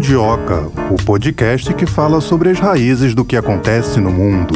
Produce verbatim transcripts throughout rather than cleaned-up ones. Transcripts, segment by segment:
Mundioca, o podcast que fala sobre as raízes do que acontece no mundo.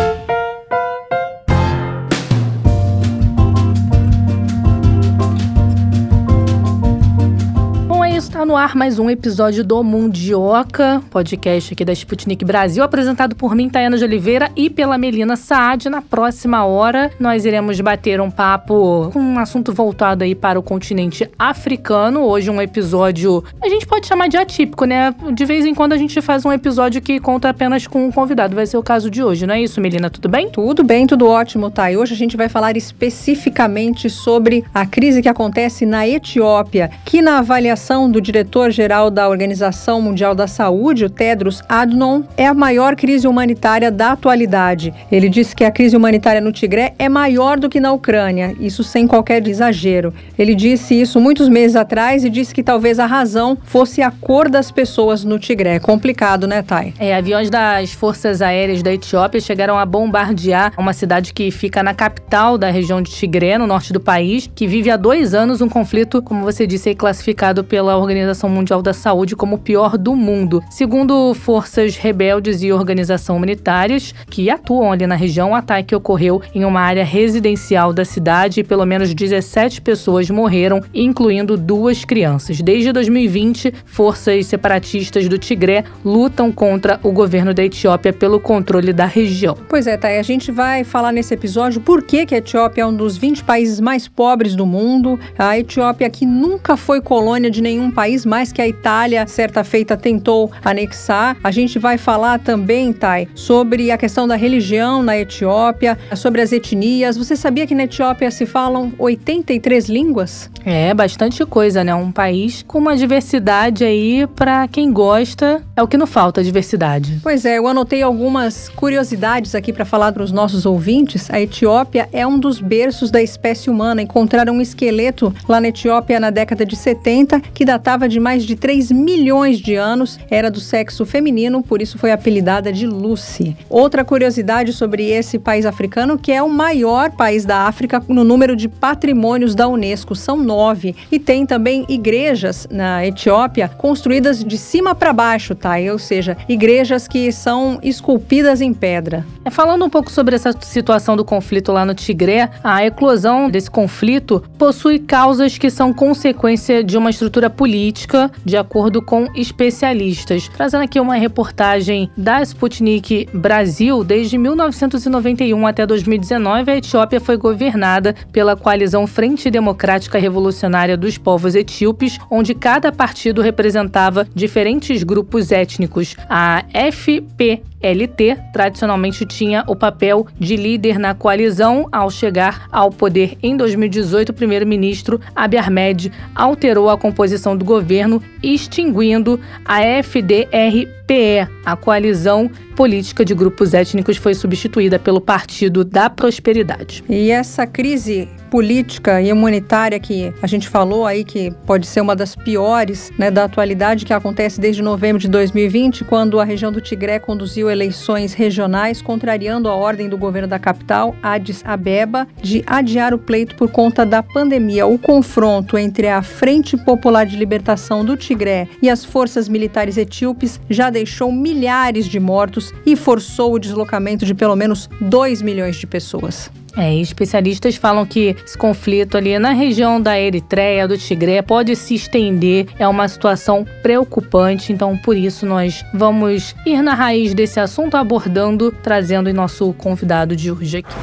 Está no ar mais um episódio do Mundioca, podcast aqui da Sputnik Brasil, apresentado por mim, Tayana de Oliveira, e pela Melina Saad. Na próxima hora, nós iremos bater um papo com um assunto voltado aí para o continente africano. Hoje um episódio, a gente pode chamar de atípico, né? De vez em quando a gente faz um episódio que conta apenas com um convidado. Vai ser o caso de hoje, não é isso, Melina? Tudo bem? Tudo bem, tudo ótimo, Thay. Hoje a gente vai falar especificamente sobre a crise que acontece na Etiópia, que na avaliação do diretor-geral da Organização Mundial da Saúde, o Tedros Adhanom, é a maior crise humanitária da atualidade. Ele disse que a crise humanitária no Tigré é maior do que na Ucrânia, isso sem qualquer exagero. Ele disse isso muitos meses atrás e disse que talvez a razão fosse a cor das pessoas no Tigré. É complicado, né, Thay? É, aviões das forças aéreas da Etiópia chegaram a bombardear uma cidade que fica na capital da região de Tigré, no norte do país, que vive há dois anos um conflito, como você disse, aí, classificado pela Organização Mundial da Saúde como o pior do mundo. Segundo forças rebeldes e organizações humanitárias que atuam ali na região, o ataque ocorreu em uma área residencial da cidade e pelo menos dezessete pessoas morreram, incluindo duas crianças. Desde dois mil e vinte, forças separatistas do Tigré lutam contra o governo da Etiópia pelo controle da região. Pois é, Thay, a gente vai falar nesse episódio por que que a Etiópia é um dos vinte países mais pobres do mundo. A Etiópia que nunca foi colônia de nenhum país, mais que a Itália, certa feita, tentou anexar. A gente vai falar também, Thay, sobre a questão da religião na Etiópia, sobre as etnias. Você sabia que na Etiópia se falam oitenta e três línguas? É, bastante coisa, né? Um país com uma diversidade aí, pra quem gosta, é o que não falta, diversidade. Pois é, eu anotei algumas curiosidades aqui para falar para os nossos ouvintes. A Etiópia é um dos berços da espécie humana. Encontraram um esqueleto lá na Etiópia na década de setenta, que datava de mais de três milhões de anos, era do sexo feminino, por isso foi apelidada de Lucy. Outra curiosidade sobre esse país africano, que é o maior país da África no número de patrimônios da Unesco, são nove. E tem também igrejas na Etiópia construídas de cima para baixo, tá? Ou seja, igrejas que são esculpidas em pedra. É, falando um pouco sobre essa situação do conflito lá no Tigré, a eclosão desse conflito possui causas que são consequência de uma estrutura política, de acordo com especialistas. Trazendo aqui uma reportagem da Sputnik Brasil, desde mil novecentos e noventa e um até dois mil e dezenove, a Etiópia foi governada pela coalizão Frente Democrática Revolucionária dos Povos Etíopes, onde cada partido representava diferentes grupos étnicos. A F P L T tradicionalmente tinha o papel de líder na coalizão. Ao chegar ao poder em dois mil e dezoito, o primeiro-ministro Abiy Ahmed alterou a composição do governo, extinguindo a F D R P E. A coalizão política de grupos étnicos foi substituída pelo Partido da Prosperidade. E essa crise política e humanitária que a gente falou aí, que pode ser uma das piores, né, da atualidade, que acontece desde novembro de dois mil e vinte, quando a região do Tigré conduziu eleições regionais, contrariando a ordem do governo da capital, Addis Abeba, de adiar o pleito por conta da pandemia. O confronto entre a Frente Popular de Libertação do Tigré e as forças militares etíopes já deixou milhares de mortos e forçou o deslocamento de pelo menos dois milhões de pessoas. É, especialistas falam que esse conflito ali na região da Eritreia, do Tigré, pode se estender. É uma situação preocupante, então por isso nós vamos ir na raiz desse assunto, abordando, trazendo o nosso convidado de hoje aqui.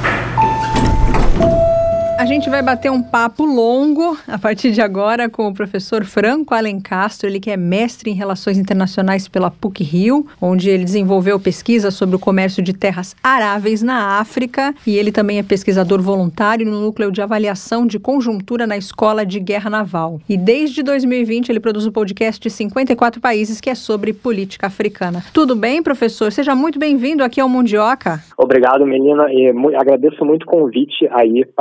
A gente vai bater um papo longo a partir de agora com o professor Franco Alencastro, ele que é mestre em Relações Internacionais pela PUC-Rio, onde ele desenvolveu pesquisa sobre o comércio de terras aráveis na África, e ele também é pesquisador voluntário no Núcleo de Avaliação de Conjuntura na Escola de Guerra Naval. E desde dois mil e vinte ele produz o podcast de cinquenta e quatro países, que é sobre política africana. Tudo bem, professor? Seja muito bem-vindo aqui ao Mundioca. Obrigado, menina, e mu- agradeço muito o convite aí para o Mundioca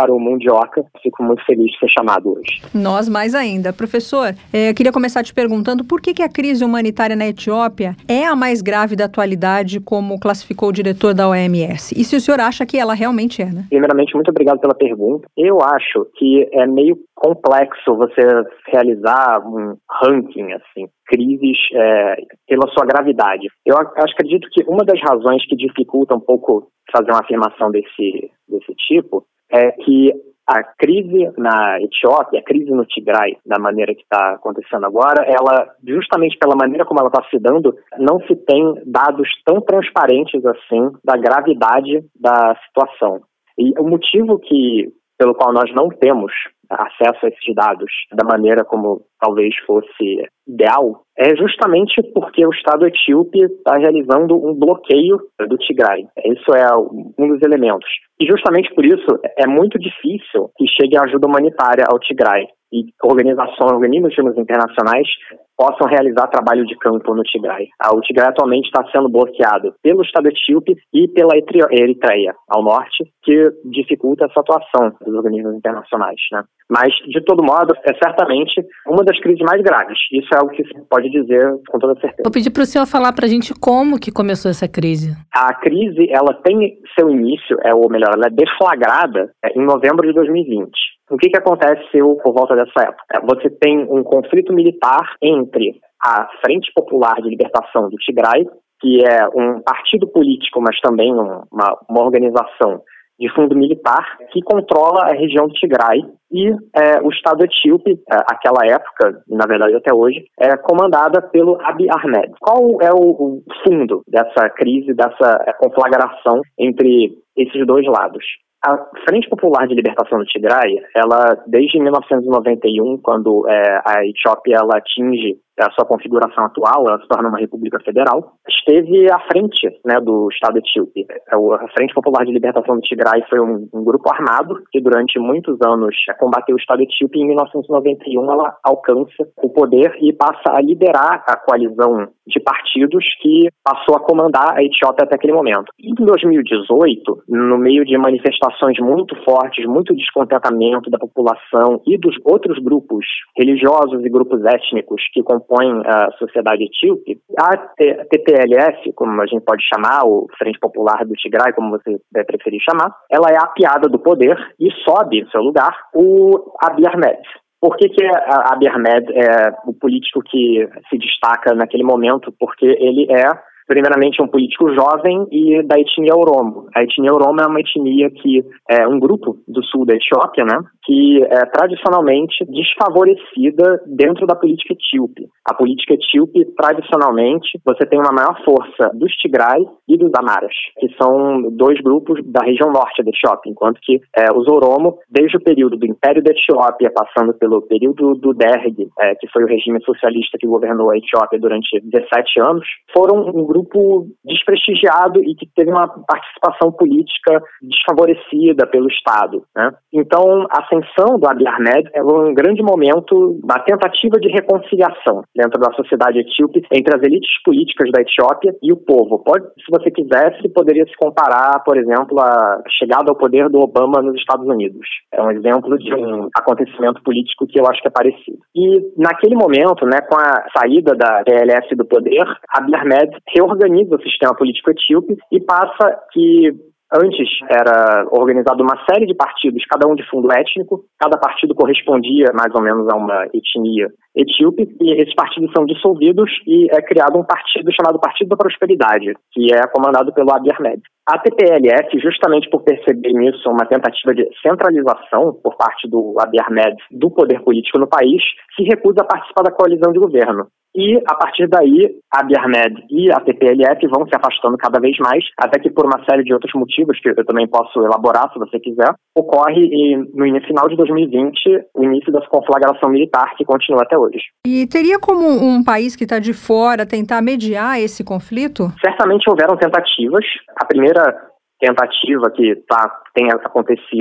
carioca. Fico muito feliz de ser chamado hoje. Nós mais ainda. Professor, eh, queria começar te perguntando por que, que a crise humanitária na Etiópia é a mais grave da atualidade, como classificou o diretor da O M S. E se o senhor acha que ela realmente é, né? Primeiramente, muito obrigado pela pergunta. Eu acho que é meio complexo você realizar um ranking, assim, crises é, pela sua gravidade. Eu acho, acredito que uma das razões que dificulta um pouco fazer uma afirmação desse, desse tipo é que a crise na Etiópia, a crise no Tigray, da maneira que está acontecendo agora, ela, justamente pela maneira como ela está se dando, não se tem dados tão transparentes assim da gravidade da situação. E o motivo que, pelo qual nós não temos acesso a esses dados da maneira como talvez fosse ideal, é justamente porque o Estado etíope está realizando um bloqueio do Tigray. Isso é um dos elementos. E justamente por isso é muito difícil que chegue a ajuda humanitária ao Tigray e organizações, organismos internacionais possam realizar trabalho de campo no Tigray. O Tigray atualmente está sendo bloqueado pelo Estado etíope e pela Eritreia, ao norte, que dificulta essa atuação dos organismos internacionais, né? Mas, de todo modo, é certamente uma das crises mais graves. Isso é algo que se pode dizer com toda certeza. Vou pedir para o senhor falar para a gente como que começou essa crise. A crise, ela tem seu início, é, ou melhor, ela é deflagrada é, em novembro de dois mil e vinte. O que, que aconteceu por volta dessa época? Você tem um conflito militar entre a Frente Popular de Libertação do Tigray, que é um partido político, mas também uma, uma organização de fundo militar, que controla a região do Tigray, e é, o Estado etíope, é, aquela época, na verdade até hoje, é comandada pelo Abiy Ahmed. Qual é o, o fundo dessa crise, dessa é, conflagração entre esses dois lados? A Frente Popular de Libertação do Tigray, ela, desde mil novecentos e noventa e um, quando é, a Etiópia ela atinge a sua configuração atual, ela se torna uma república federal, esteve à frente, né, do Estado etíope. A Frente Popular de Libertação do Tigray foi um, um grupo armado que durante muitos anos combateu o Estado etíope e em mil novecentos e noventa e um ela alcança o poder e passa a liderar a coalizão de partidos que passou a comandar a Etiópia até aquele momento. Em dois mil e dezoito, no meio de manifestações muito fortes, muito descontentamento da população e dos outros grupos religiosos e grupos étnicos que compõem a sociedade etíope, a T P L F, como a gente pode chamar, ou Frente Popular do Tigray, como você vai preferir chamar, ela é apiada do poder e sobe em seu lugar o Abiy Ahmed. Por que que a Abiy Ahmed é o político que se destaca naquele momento? Porque ele é, primeiramente, um político jovem e da etnia Oromo. A etnia Oromo é uma etnia que é um grupo do sul da Etiópia, né, que é tradicionalmente desfavorecida dentro da política etíope. A política etíope, tradicionalmente, você tem uma maior força dos Tigray e dos Amaras, que são dois grupos da região norte da Etiópia, enquanto que é, os Oromo, desde o período do Império da Etiópia, passando pelo período do Derg, é, que foi o regime socialista que governou a Etiópia durante dezessete anos, foram um grupo desprestigiado e que teve uma participação política desfavorecida pelo Estado, né? Então, a ascensão do Abiy Ahmed é um grande momento da tentativa de reconciliação dentro da sociedade etíope entre as elites políticas da Etiópia e o povo. Pode, se você quisesse, poderia se comparar, por exemplo, à chegada ao poder do Obama nos Estados Unidos. É um exemplo de um acontecimento político que eu acho que é parecido. E naquele momento, né, com a saída da T L F do poder, Abiy Ahmed reorganiza o sistema político etíope e passa que antes era organizado uma série de partidos, cada um de fundo étnico, cada partido correspondia mais ou menos a uma etnia etíope, e esses partidos são dissolvidos e é criado um partido chamado Partido da Prosperidade, que é comandado pelo Abiy Ahmed. A T P L F, justamente por perceber nisso uma tentativa de centralização por parte do Abiy Ahmed do poder político no país, se recusa a participar da coalizão de governo. E, a partir daí, Abiy Ahmed e a T P L F vão se afastando cada vez mais, até que por uma série de outros motivos, que eu também posso elaborar, se você quiser, ocorre e, no final de dois mil e vinte o início dessa conflagração militar que continua até hoje. E teria como um país que está de fora tentar mediar esse conflito? Certamente houveram tentativas. A primeira tentativa que tá, tem acontecido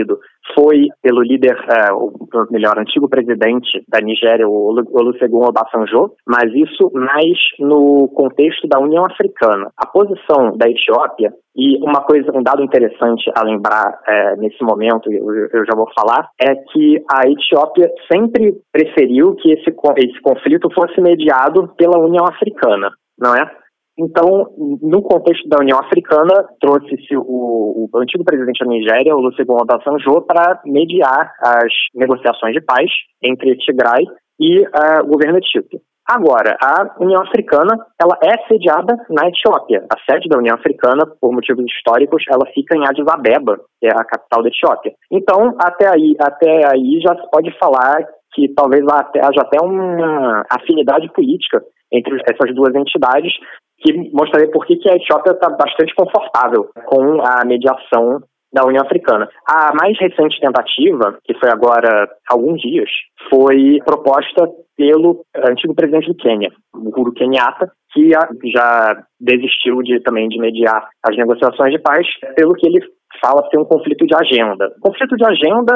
foi pelo líder, é, ou melhor, antigo presidente da Nigéria, o Olusegun Obasanjo, mas isso mais no contexto da União Africana. A posição da Etiópia, e uma coisa, um dado interessante a lembrar é, nesse momento, eu, eu já vou falar, é que a Etiópia sempre preferiu que esse, esse conflito fosse mediado pela União Africana, não é? Então, no contexto da União Africana, trouxe-se o, o antigo presidente da Nigéria, o Olusegun Obasanjo, para mediar as negociações de paz entre Tigray e uh, o governo etíope. Agora, a União Africana, ela é sediada na Etiópia. A sede da União Africana, por motivos históricos, ela fica em Addis Abeba, que é a capital da Etiópia. Então, até aí, até aí já se pode falar que talvez haja até uma afinidade política entre essas duas entidades, que mostraria por que a Etiópia está bastante confortável com a mediação da União Africana. A mais recente tentativa, que foi agora há alguns dias, foi proposta pelo antigo presidente do Quênia, Uhuru Kenyatta, que já desistiu de, também de mediar as negociações de paz, pelo que ele fala ser um conflito de agenda. Conflito de agenda,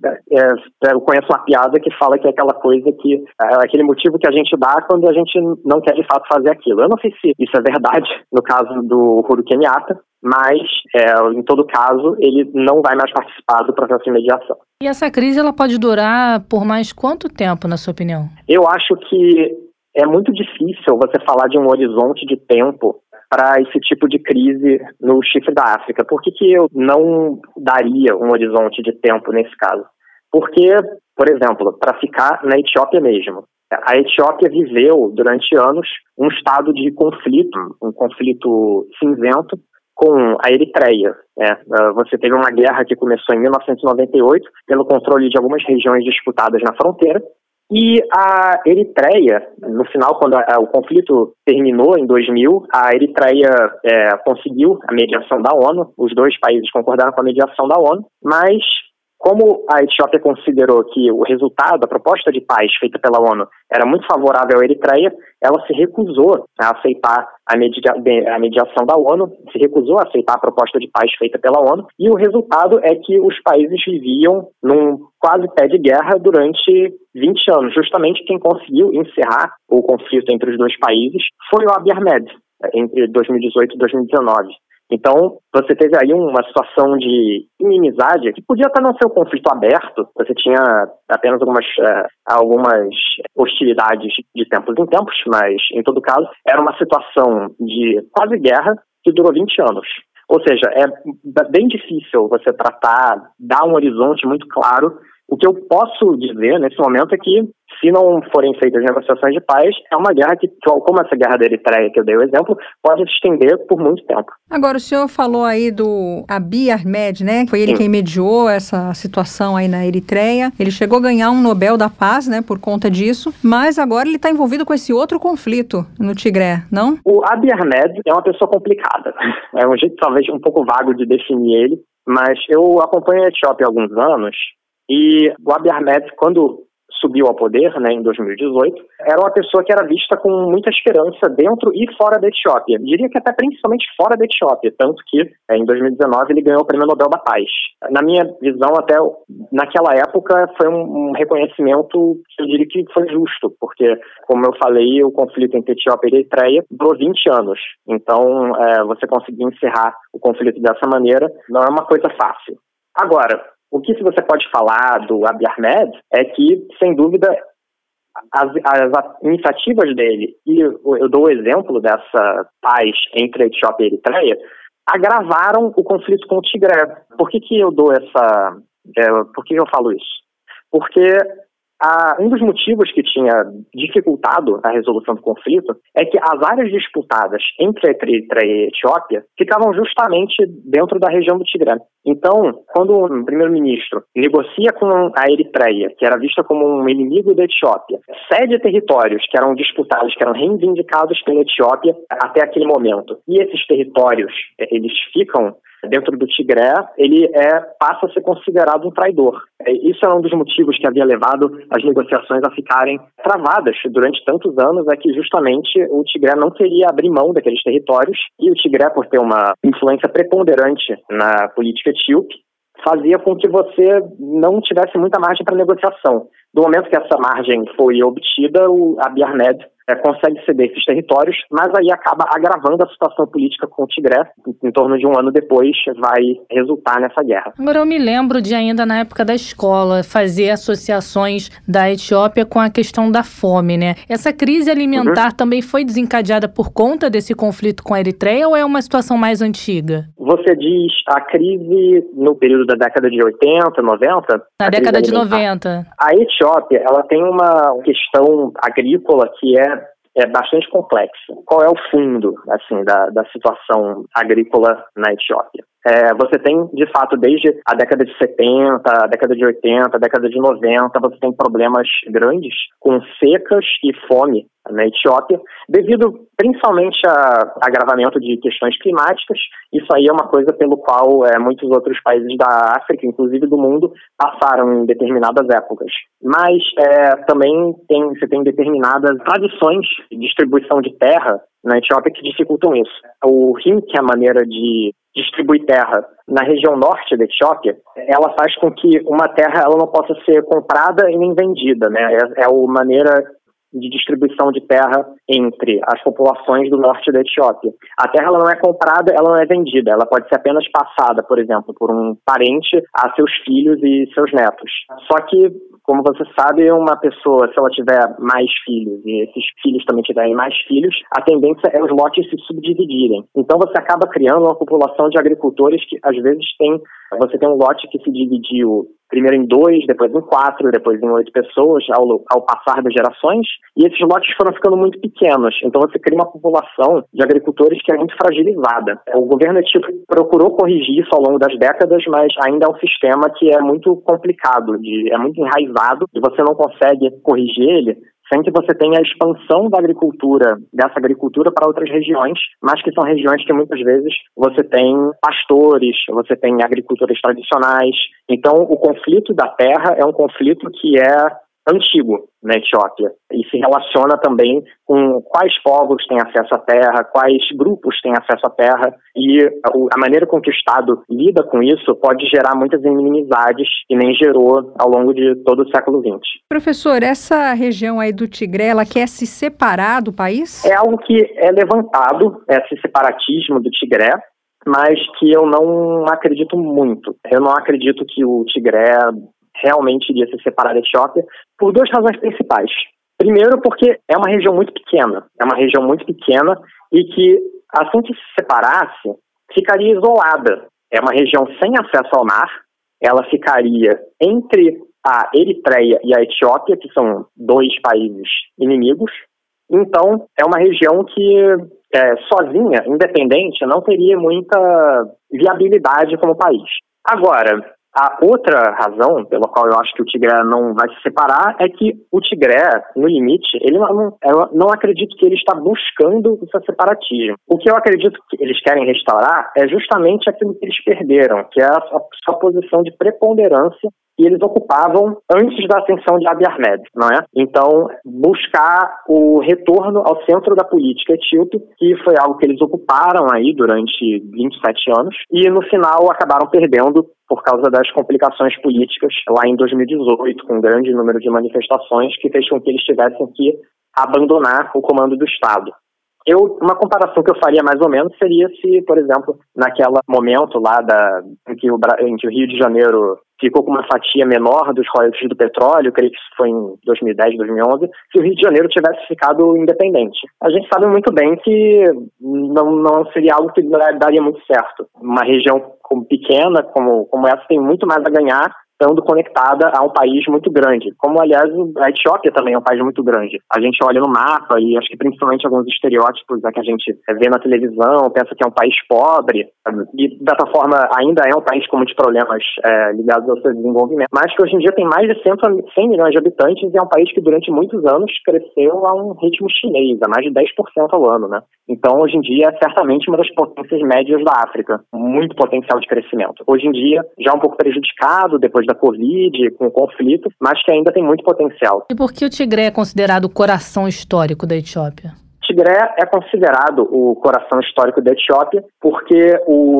é, eu conheço uma piada que fala que é aquela coisa que, é aquele motivo que a gente dá quando a gente não quer de fato fazer aquilo. Eu não sei se isso é verdade no caso do Uhuru Kenyatta, mas, é, em todo caso, ele não vai mais participar do processo de mediação. E essa crise ela pode durar por mais quanto tempo, na sua opinião? Eu acho que é muito difícil você falar de um horizonte de tempo para esse tipo de crise no chifre da África. Por que que eu não daria um horizonte de tempo nesse caso? Porque, por exemplo, para ficar na Etiópia mesmo, a Etiópia viveu durante anos um estado de conflito, um conflito cinzento, com a Eritreia. É, você teve uma guerra que começou em mil novecentos e noventa e oito pelo controle de algumas regiões disputadas na fronteira, e a Eritreia, no final, quando a, a, o conflito terminou em dois mil, a Eritreia é, conseguiu a mediação da ONU, os dois países concordaram com a mediação da ONU, mas como a Etiópia considerou que o resultado, a proposta de paz feita pela ONU era muito favorável à Eritreia, ela se recusou a aceitar a, media, a mediação da ONU, se recusou a aceitar a proposta de paz feita pela ONU, e o resultado é que os países viviam num quase pé de guerra durante vinte anos. Justamente quem conseguiu encerrar o conflito entre os dois países foi o Abiy Ahmed, entre dois mil e dezoito e dois mil e dezenove. Então, você teve aí uma situação de inimizade que podia até não ser um conflito aberto, você tinha apenas algumas, uh, algumas hostilidades de tempos em tempos, mas, em todo caso, era uma situação de quase guerra que durou vinte anos. Ou seja, é bem difícil você tratar, dar um horizonte muito claro. O que eu posso dizer nesse momento é que, se não forem feitas negociações de paz, é uma guerra que, como essa guerra da Eritreia que eu dei o exemplo, pode se estender por muito tempo. Agora, o senhor falou aí do Abiy Ahmed, né? Foi ele Sim. quem mediou essa situação aí na Eritreia. Ele chegou a ganhar um Nobel da Paz, né, por conta disso, mas agora ele está envolvido com esse outro conflito no Tigré, não? O Abiy Ahmed é uma pessoa complicada. É um jeito talvez um pouco vago de definir ele, mas eu acompanho a Etiópia há alguns anos. E o Abiy Ahmed, quando subiu ao poder, né, em dois mil e dezoito, era uma pessoa que era vista com muita esperança dentro e fora da Etiópia. Diria que até principalmente fora da Etiópia, tanto que é, em dois mil e dezenove ele ganhou o Prêmio Nobel da Paz. Na minha visão, até naquela época, foi um, um reconhecimento que eu diria que foi justo, porque, como eu falei, o conflito entre Etiópia e Eritreia durou vinte anos. Então, é, você conseguir encerrar o conflito dessa maneira não é uma coisa fácil. Agora, o que você pode falar do Abiy Ahmed é que, sem dúvida, as, as iniciativas dele, e eu, eu dou o exemplo dessa paz entre a Etiópia e a Eritreia, agravaram o conflito com o Tigré. Por que que eu dou essa... É, por que eu falo isso? Porque a, um dos motivos que tinha dificultado a resolução do conflito é que as áreas disputadas entre a Eritreia e a Etiópia ficavam justamente dentro da região do Tigré. Então, quando o primeiro-ministro negocia com a Eritreia, que era vista como um inimigo da Etiópia, cede territórios que eram disputados, que eram reivindicados pela Etiópia até aquele momento, e esses territórios, eles ficam dentro do Tigré, ele é, passa a ser considerado um traidor. Isso é um dos motivos que havia levado as negociações a ficarem travadas durante tantos anos, é que justamente o Tigré não queria abrir mão daqueles territórios, e o Tigré, por ter uma influência preponderante na política etíope, fazia com que você não tivesse muita margem para negociação. Do momento que essa margem foi obtida, o Abiy Ahmed é, consegue ceder esses territórios, mas aí acaba agravando a situação política com o Tigré. Em, em torno de um ano depois, vai resultar nessa guerra. Agora, eu me lembro de ainda na época da escola fazer associações da Etiópia com a questão da fome, né? Essa crise alimentar uhum. também foi desencadeada por conta desse conflito com a Eritreia ou é uma situação mais antiga? Você diz a crise no período da década de oitenta, noventa? Na década de noventa. A Etiópia, ela tem uma questão agrícola que é, é bastante complexa. Qual é o fundo, assim, da, da situação agrícola na Etiópia? É, você tem, de fato, desde a década de setenta, a década de oitenta, a década de noventa, você tem problemas grandes com secas e fome na Etiópia, devido principalmente a agravamento de questões climáticas. Isso aí é uma coisa pelo qual é, muitos outros países da África, inclusive do mundo, passaram em determinadas épocas. Mas é, também tem, você tem determinadas tradições de distribuição de terra na Etiópia que dificultam isso. O rim, que é a maneira de distribuir terra na região norte da Etiópia, ela faz com que uma terra ela não possa ser comprada e nem vendida, né? É, é a maneira de distribuição de terra entre as populações do norte da Etiópia. A terra ela não é comprada, ela não é vendida, ela pode ser apenas passada, por exemplo, por um parente a seus filhos e seus netos. Só que, como você sabe, uma pessoa, se ela tiver mais filhos e esses filhos também tiverem mais filhos, a tendência é os lotes se subdividirem. Então você acaba criando uma população de agricultores que às vezes tem, você tem um lote que se dividiu primeiro em dois, depois em quatro, depois em oito pessoas, ao, ao passar das gerações, e esses lotes foram ficando muito pequenos. Então você cria uma população de agricultores que é muito fragilizada. O governo etíope procurou corrigir isso ao longo das décadas, mas ainda é um sistema que é muito complicado, de, é muito enraizado, e você não consegue corrigir ele sem que você tenha a expansão da agricultura, dessa agricultura para outras regiões, mas que são regiões que muitas vezes você tem pastores, você tem agricultores tradicionais. Então, o conflito da terra é um conflito que é antigo na Etiópia e se relaciona também com quais povos têm acesso à terra, quais grupos têm acesso à terra, e a maneira com que o Estado lida com isso pode gerar muitas inimizades que nem gerou ao longo de todo o século vinte. Professor, essa região aí do Tigré, ela quer se separar do país? É algo que é levantado, esse separatismo do Tigré, mas que eu não acredito muito. Eu não acredito que o Tigré realmente iria se separar da Etiópia por duas razões principais. Primeiro, porque é uma região muito pequena. É uma região muito pequena e que, assim que se separasse, ficaria isolada. É uma região sem acesso ao mar. Ela ficaria entre a Eritreia e a Etiópia, que são dois países inimigos. Então, é uma região que, é, sozinha, independente, não teria muita viabilidade como país. Agora, a outra razão pela qual eu acho que o Tigré não vai se separar é que o Tigré, no limite, ele não, eu não acredito que ele está buscando o seu separatismo. O que eu acredito que eles querem restaurar é justamente aquilo que eles perderam, que é a sua posição de preponderância que eles ocupavam antes da ascensão de Abiy Ahmed, não é? Então, buscar o retorno ao centro da política etíope, que foi algo que eles ocuparam aí durante vinte e sete anos, e no final acabaram perdendo por causa das complicações políticas lá em dois mil e dezoito, com um grande número de manifestações que fez com que eles tivessem que abandonar o comando do Estado. Eu, uma comparação que eu faria mais ou menos seria se, por exemplo, naquele momento lá da, em, que o, em que o Rio de Janeiro ficou com uma fatia menor dos royalties do petróleo, creio que isso foi em dois mil e dez, dois mil e onze, se o Rio de Janeiro tivesse ficado independente. A gente sabe muito bem que não, não seria algo que daria muito certo. Uma região como pequena, como, como essa, tem muito mais a ganhar estando conectada a um país muito grande. Como, aliás, a Etiópia também é um país muito grande. A gente olha no mapa e acho que principalmente alguns estereótipos é, que a gente vê na televisão, pensa que é um país pobre e, dessa forma, ainda é um país com muitos problemas é, ligados ao seu desenvolvimento, mas que hoje em dia tem mais de cem milhões de habitantes e é um país que durante muitos anos cresceu a um ritmo chinês, a mais de dez por cento ao ano, né? Então, hoje em dia, é certamente uma das potências médias da África. Muito potencial de crescimento. Hoje em dia, já um pouco prejudicado depois da Covid, com o conflito, mas que ainda tem muito potencial. E por que o Tigré é considerado o coração histórico da Etiópia? Tigré é considerado o coração histórico da Etiópia porque o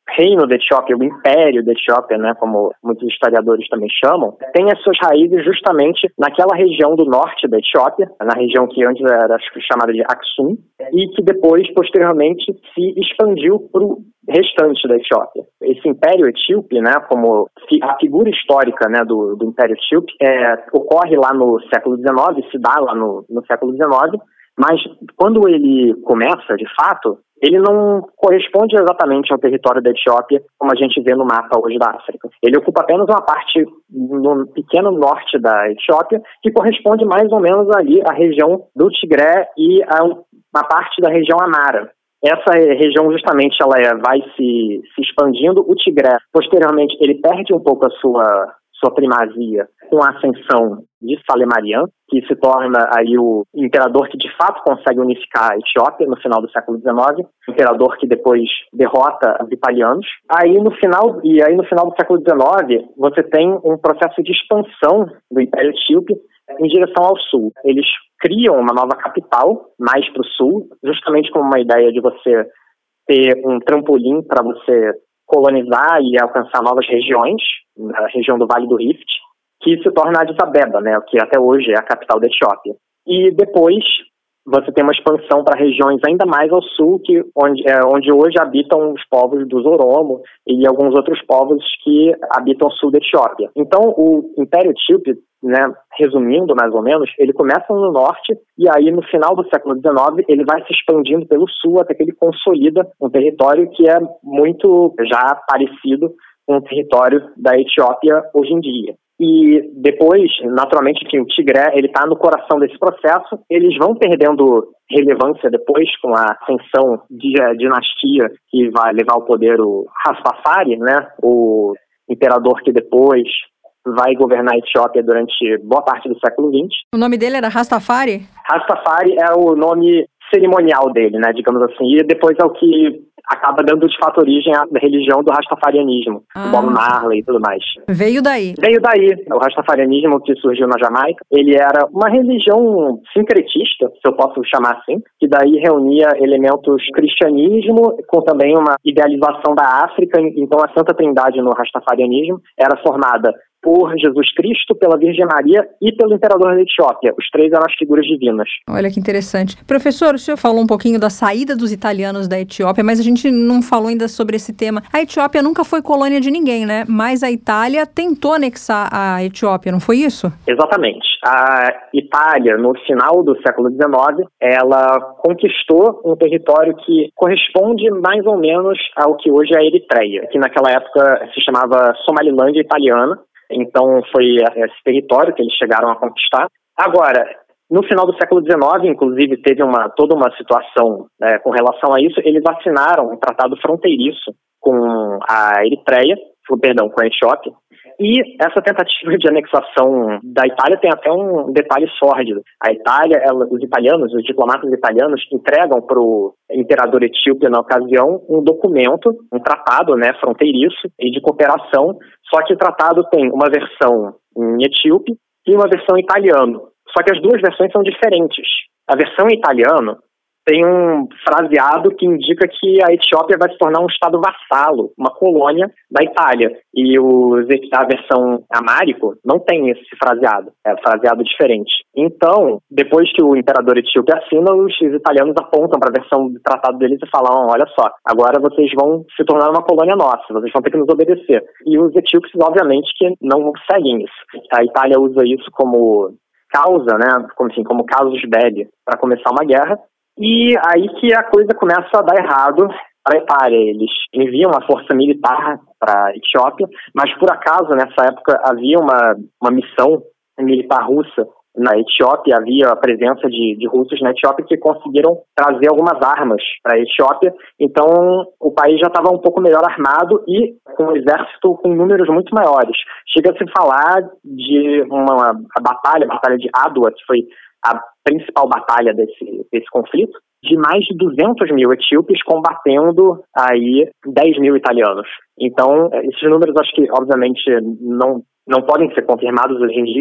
reino da Etiópia, o império da Etiópia, né, como muitos historiadores também chamam, tem as suas raízes justamente naquela região do norte da Etiópia, na região que antes era chamada de Aksum, e que depois, posteriormente, se expandiu para o restante da Etiópia. Esse Império Etíope, né, como a figura histórica, né, do, do Império Etíope, é, ocorre lá no século dezenove, se dá lá no, no século dezenove, mas quando ele começa, de fato, ele não corresponde exatamente ao território da Etiópia, como a gente vê no mapa hoje da África. Ele ocupa apenas uma parte no pequeno norte da Etiópia, que corresponde mais ou menos ali à região do Tigré e a uma parte da região Amara. Essa região justamente ela é, vai se, se expandindo. O Tigré, posteriormente, ele perde um pouco a sua, sua primazia com a ascensão de Salemarian, que se torna aí o imperador que de fato consegue unificar a Etiópia no final do século dezenove, imperador que depois derrota os italianos. Aí no final, e aí no final do século dezenove, você tem um processo de expansão do Império Etíope em direção ao sul. Eles criam uma nova capital mais para o sul, justamente com uma ideia de você ter um trampolim para você colonizar e alcançar novas regiões, a região do Vale do Rift, que se torna Addis Abeba, né, que até hoje é a capital da Etiópia. E depois você tem uma expansão para regiões ainda mais ao sul, que, onde, é, onde hoje habitam os povos dos Oromo e alguns outros povos que habitam o sul da Etiópia. Então, o Império Etíope, né, resumindo mais ou menos, ele começa no norte e aí no final do século dezenove ele vai se expandindo pelo sul até que ele consolida um território que é muito já parecido com o território da Etiópia hoje em dia. E depois, naturalmente, que o Tigré ele está no coração desse processo, eles vão perdendo relevância depois com a ascensão de a dinastia que vai levar ao poder o Rastafari, né, o imperador que depois vai governar a Etiópia durante boa parte do século vinte. O nome dele era Rastafari? Rastafari é o nome cerimonial dele, né, digamos assim, e depois é o que acaba dando de fato origem à religião do rastafarianismo, ah. do Bob Marley e tudo mais. Veio daí? Veio daí. O rastafarianismo que surgiu na Jamaica, ele era uma religião sincretista, se eu posso chamar assim, que daí reunia elementos cristianismo com também uma idealização da África. Então a Santa Trindade no rastafarianismo era formada por Jesus Cristo, pela Virgem Maria e pelo Imperador da Etiópia. Os três eram as figuras divinas. Olha que interessante. Professor, o senhor falou um pouquinho da saída dos italianos da Etiópia, mas a gente não falou ainda sobre esse tema. A Etiópia nunca foi colônia de ninguém, né? Mas a Itália tentou anexar a Etiópia, não foi isso? Exatamente. A Itália, no final do século dezenove, ela conquistou um território que corresponde mais ou menos ao que hoje é a Eritreia, que naquela época se chamava Somalilândia Italiana. Então foi esse território que eles chegaram a conquistar. Agora, no final do século dezenove, inclusive, teve uma, toda uma situação né, com relação a isso. Eles assinaram um tratado fronteiriço com a Eritreia, perdão, com a Etiópia. E essa tentativa de anexação da Itália tem até um detalhe sórdido. A Itália, ela, os italianos, os diplomatas italianos entregam para o imperador etíope, na ocasião, um documento, um tratado né, fronteiriço e de cooperação, só que o tratado tem uma versão em etíope e uma versão em italiano. Só que as duas versões são diferentes. A versão em italiano tem um fraseado que indica que a Etiópia vai se tornar um estado vassalo, uma colônia da Itália. E os, a versão amárico não tem esse fraseado, é um fraseado diferente. Então, depois que o imperador etíope assina, os italianos apontam para a versão do tratado deles e falam, olha só, agora vocês vão se tornar uma colônia nossa, vocês vão ter que nos obedecer. E os etíopes, obviamente, que não seguem isso. A Itália usa isso como causa, né, como, assim, como casus belli, para começar uma guerra. E aí que a coisa começa a dar errado para a Itália. Eles enviam uma força militar para a Etiópia, mas por acaso, nessa época, havia uma, uma missão militar russa na Etiópia, havia a presença de, de russos na Etiópia que conseguiram trazer algumas armas para a Etiópia. Então, o país já estava um pouco melhor armado e com um exército com números muito maiores. Chega a se falar de uma a batalha, a Batalha de Adwa, que foi a principal batalha desse, desse conflito, de mais de duzentos mil etíopes combatendo aí dez mil italianos. Então, esses números acho que, obviamente, não, não podem ser confirmados hoje em dia,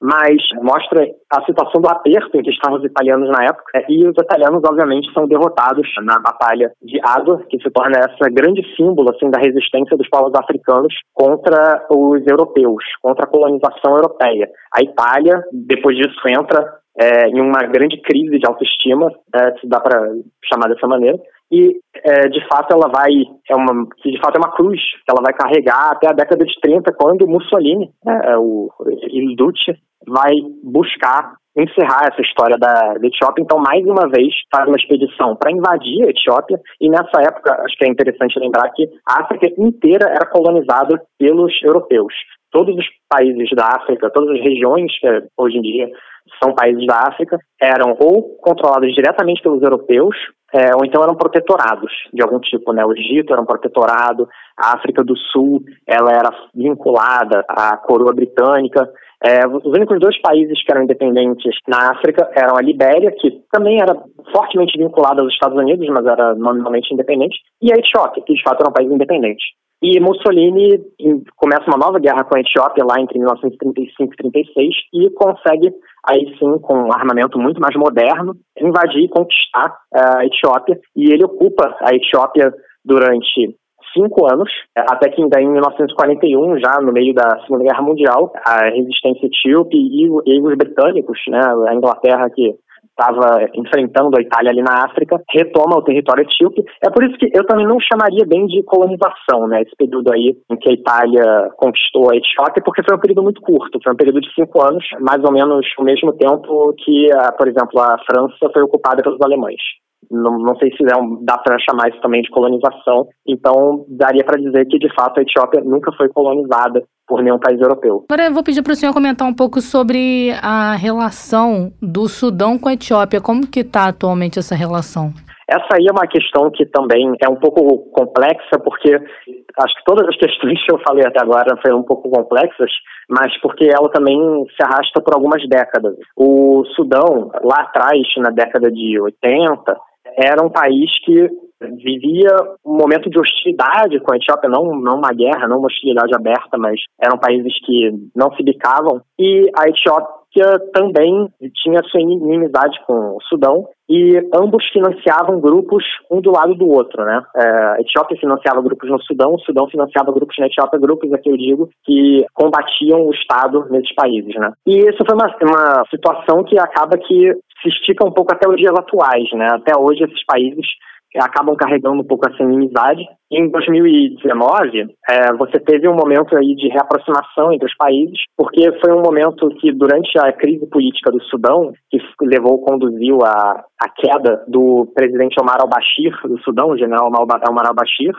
mas mostra a situação do aperto em que estavam os italianos na época, e os italianos, obviamente, são derrotados na Batalha de Adwa, que se torna essa grande símbolo assim, da resistência dos povos africanos contra os europeus, contra a colonização europeia. A Itália, depois disso, entra é, em uma grande crise de autoestima, é, se dá para chamar dessa maneira, e é, de fato ela vai, é uma, que de fato é uma cruz que ela vai carregar até a década de trinta, quando Mussolini, é, o Il Duce, vai buscar encerrar essa história da, da Etiópia. Então, mais uma vez, faz uma expedição para invadir a Etiópia, e nessa época, acho que é interessante lembrar que a África inteira era colonizada pelos europeus. Todos os países da África, todas as regiões que hoje em dia são países da África, eram ou controlados diretamente pelos europeus, é, ou então eram protetorados de algum tipo, né? O Egito era um protetorado, a África do Sul, ela era vinculada à coroa britânica. É, os únicos dois países que eram independentes na África eram a Libéria, que também era fortemente vinculada aos Estados Unidos, mas era nominalmente independente, e a Etiópia, que de fato era um país independente. E Mussolini começa uma nova guerra com a Etiópia lá entre mil novecentos e trinta e cinco e trinta e seis e consegue, aí sim, com um armamento muito mais moderno, invadir e conquistar a Etiópia. E ele ocupa a Etiópia durante cinco anos, até que ainda em mil novecentos e quarenta e um, já no meio da Segunda Guerra Mundial, a resistência etíope e, e os britânicos, né, a Inglaterra que estava enfrentando a Itália ali na África, retoma o território etíope. É por isso que eu também não chamaria bem de colonização, né, esse período aí em que a Itália conquistou a Etiópia, porque foi um período muito curto, foi um período de cinco anos, mais ou menos o mesmo tempo que, por exemplo, a França foi ocupada pelos alemães. Não, não sei se é um, dá para chamar isso também de colonização, então daria para dizer que, de fato, a Etiópia nunca foi colonizada por nenhum país europeu. Agora eu vou pedir para o senhor comentar um pouco sobre a relação do Sudão com a Etiópia. Como que está atualmente essa relação? Essa aí é uma questão que também é um pouco complexa, porque acho que todas as questões que eu falei até agora foram um pouco complexas, mas porque ela também se arrasta por algumas décadas. O Sudão, lá atrás, na década de oitenta, era um país que vivia um momento de hostilidade com a Etiópia, não, não uma guerra, não uma hostilidade aberta, mas eram países que não se bicavam, e a Etiópia também tinha sua inimizade com o Sudão, e ambos financiavam grupos um do lado do outro, né? É, a Etiópia financiava grupos no Sudão, o Sudão financiava grupos na Etiópia, grupos, aqui eu digo, que combatiam o Estado nesses países, né? E isso foi uma, uma situação que acaba que se estica um pouco até os dias atuais, né? Até hoje esses países acabam carregando um pouco essa inimizade. Em dois mil e dezenove, é, você teve um momento aí de reaproximação entre os países, porque foi um momento que, durante a crise política do Sudão, que levou, conduziu à, à queda do presidente Omar al-Bashir do Sudão, o general Omar al-Bashir,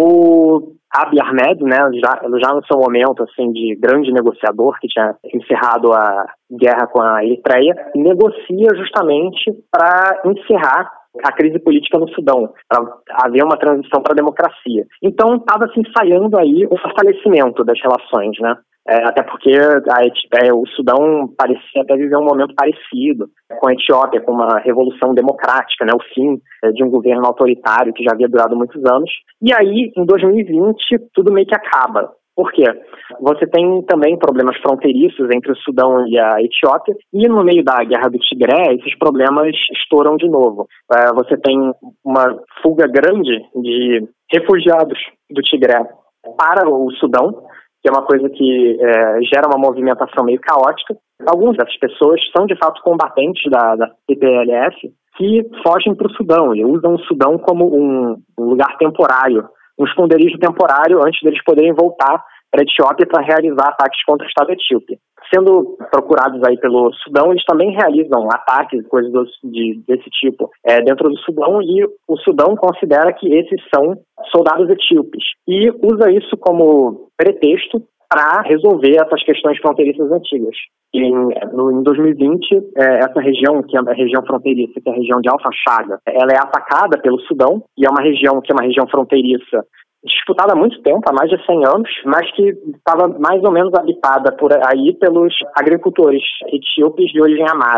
o Abiy Ahmed, né, já, já no seu momento assim, de grande negociador, que tinha encerrado a guerra com a Eritreia, negocia justamente para encerrar a crise política no Sudão, para haver uma transição para a democracia. Então, estava se ensaiando aí o fortalecimento das relações, né? É, até porque a, é, o Sudão parecia até viver um momento parecido com a Etiópia, com uma revolução democrática, né? O fim é, de um governo autoritário que já havia durado muitos anos. E aí, em dois mil e vinte, tudo meio que acaba. Por quê? Você tem também problemas fronteiriços entre o Sudão e a Etiópia, e no meio da Guerra do Tigré, esses problemas estouram de novo. Você tem uma fuga grande de refugiados do Tigré para o Sudão, que é uma coisa que é, gera uma movimentação meio caótica. Algumas dessas pessoas são, de fato, combatentes da, da T P L F que fogem para o Sudão e usam o Sudão como um, um lugar temporário, um esconderijo temporário antes deles poderem voltar para a Etiópia para realizar ataques contra o Estado etíope. Sendo procurados aí pelo Sudão, eles também realizam ataques, coisas do, de, desse tipo, é, dentro do Sudão, e o Sudão considera que esses são soldados etíopes e usa isso como pretexto para resolver essas questões fronteiriças antigas. E em, no, em dois mil e vinte, é, essa região, que é a região fronteiriça, que é a região de Al-Fashaga, ela é atacada pelo Sudão, e é uma região que é uma região fronteiriça disputada há muito tempo, há mais de cem anos, mas que estava mais ou menos habitada por aí pelos agricultores etíopes de origem amara.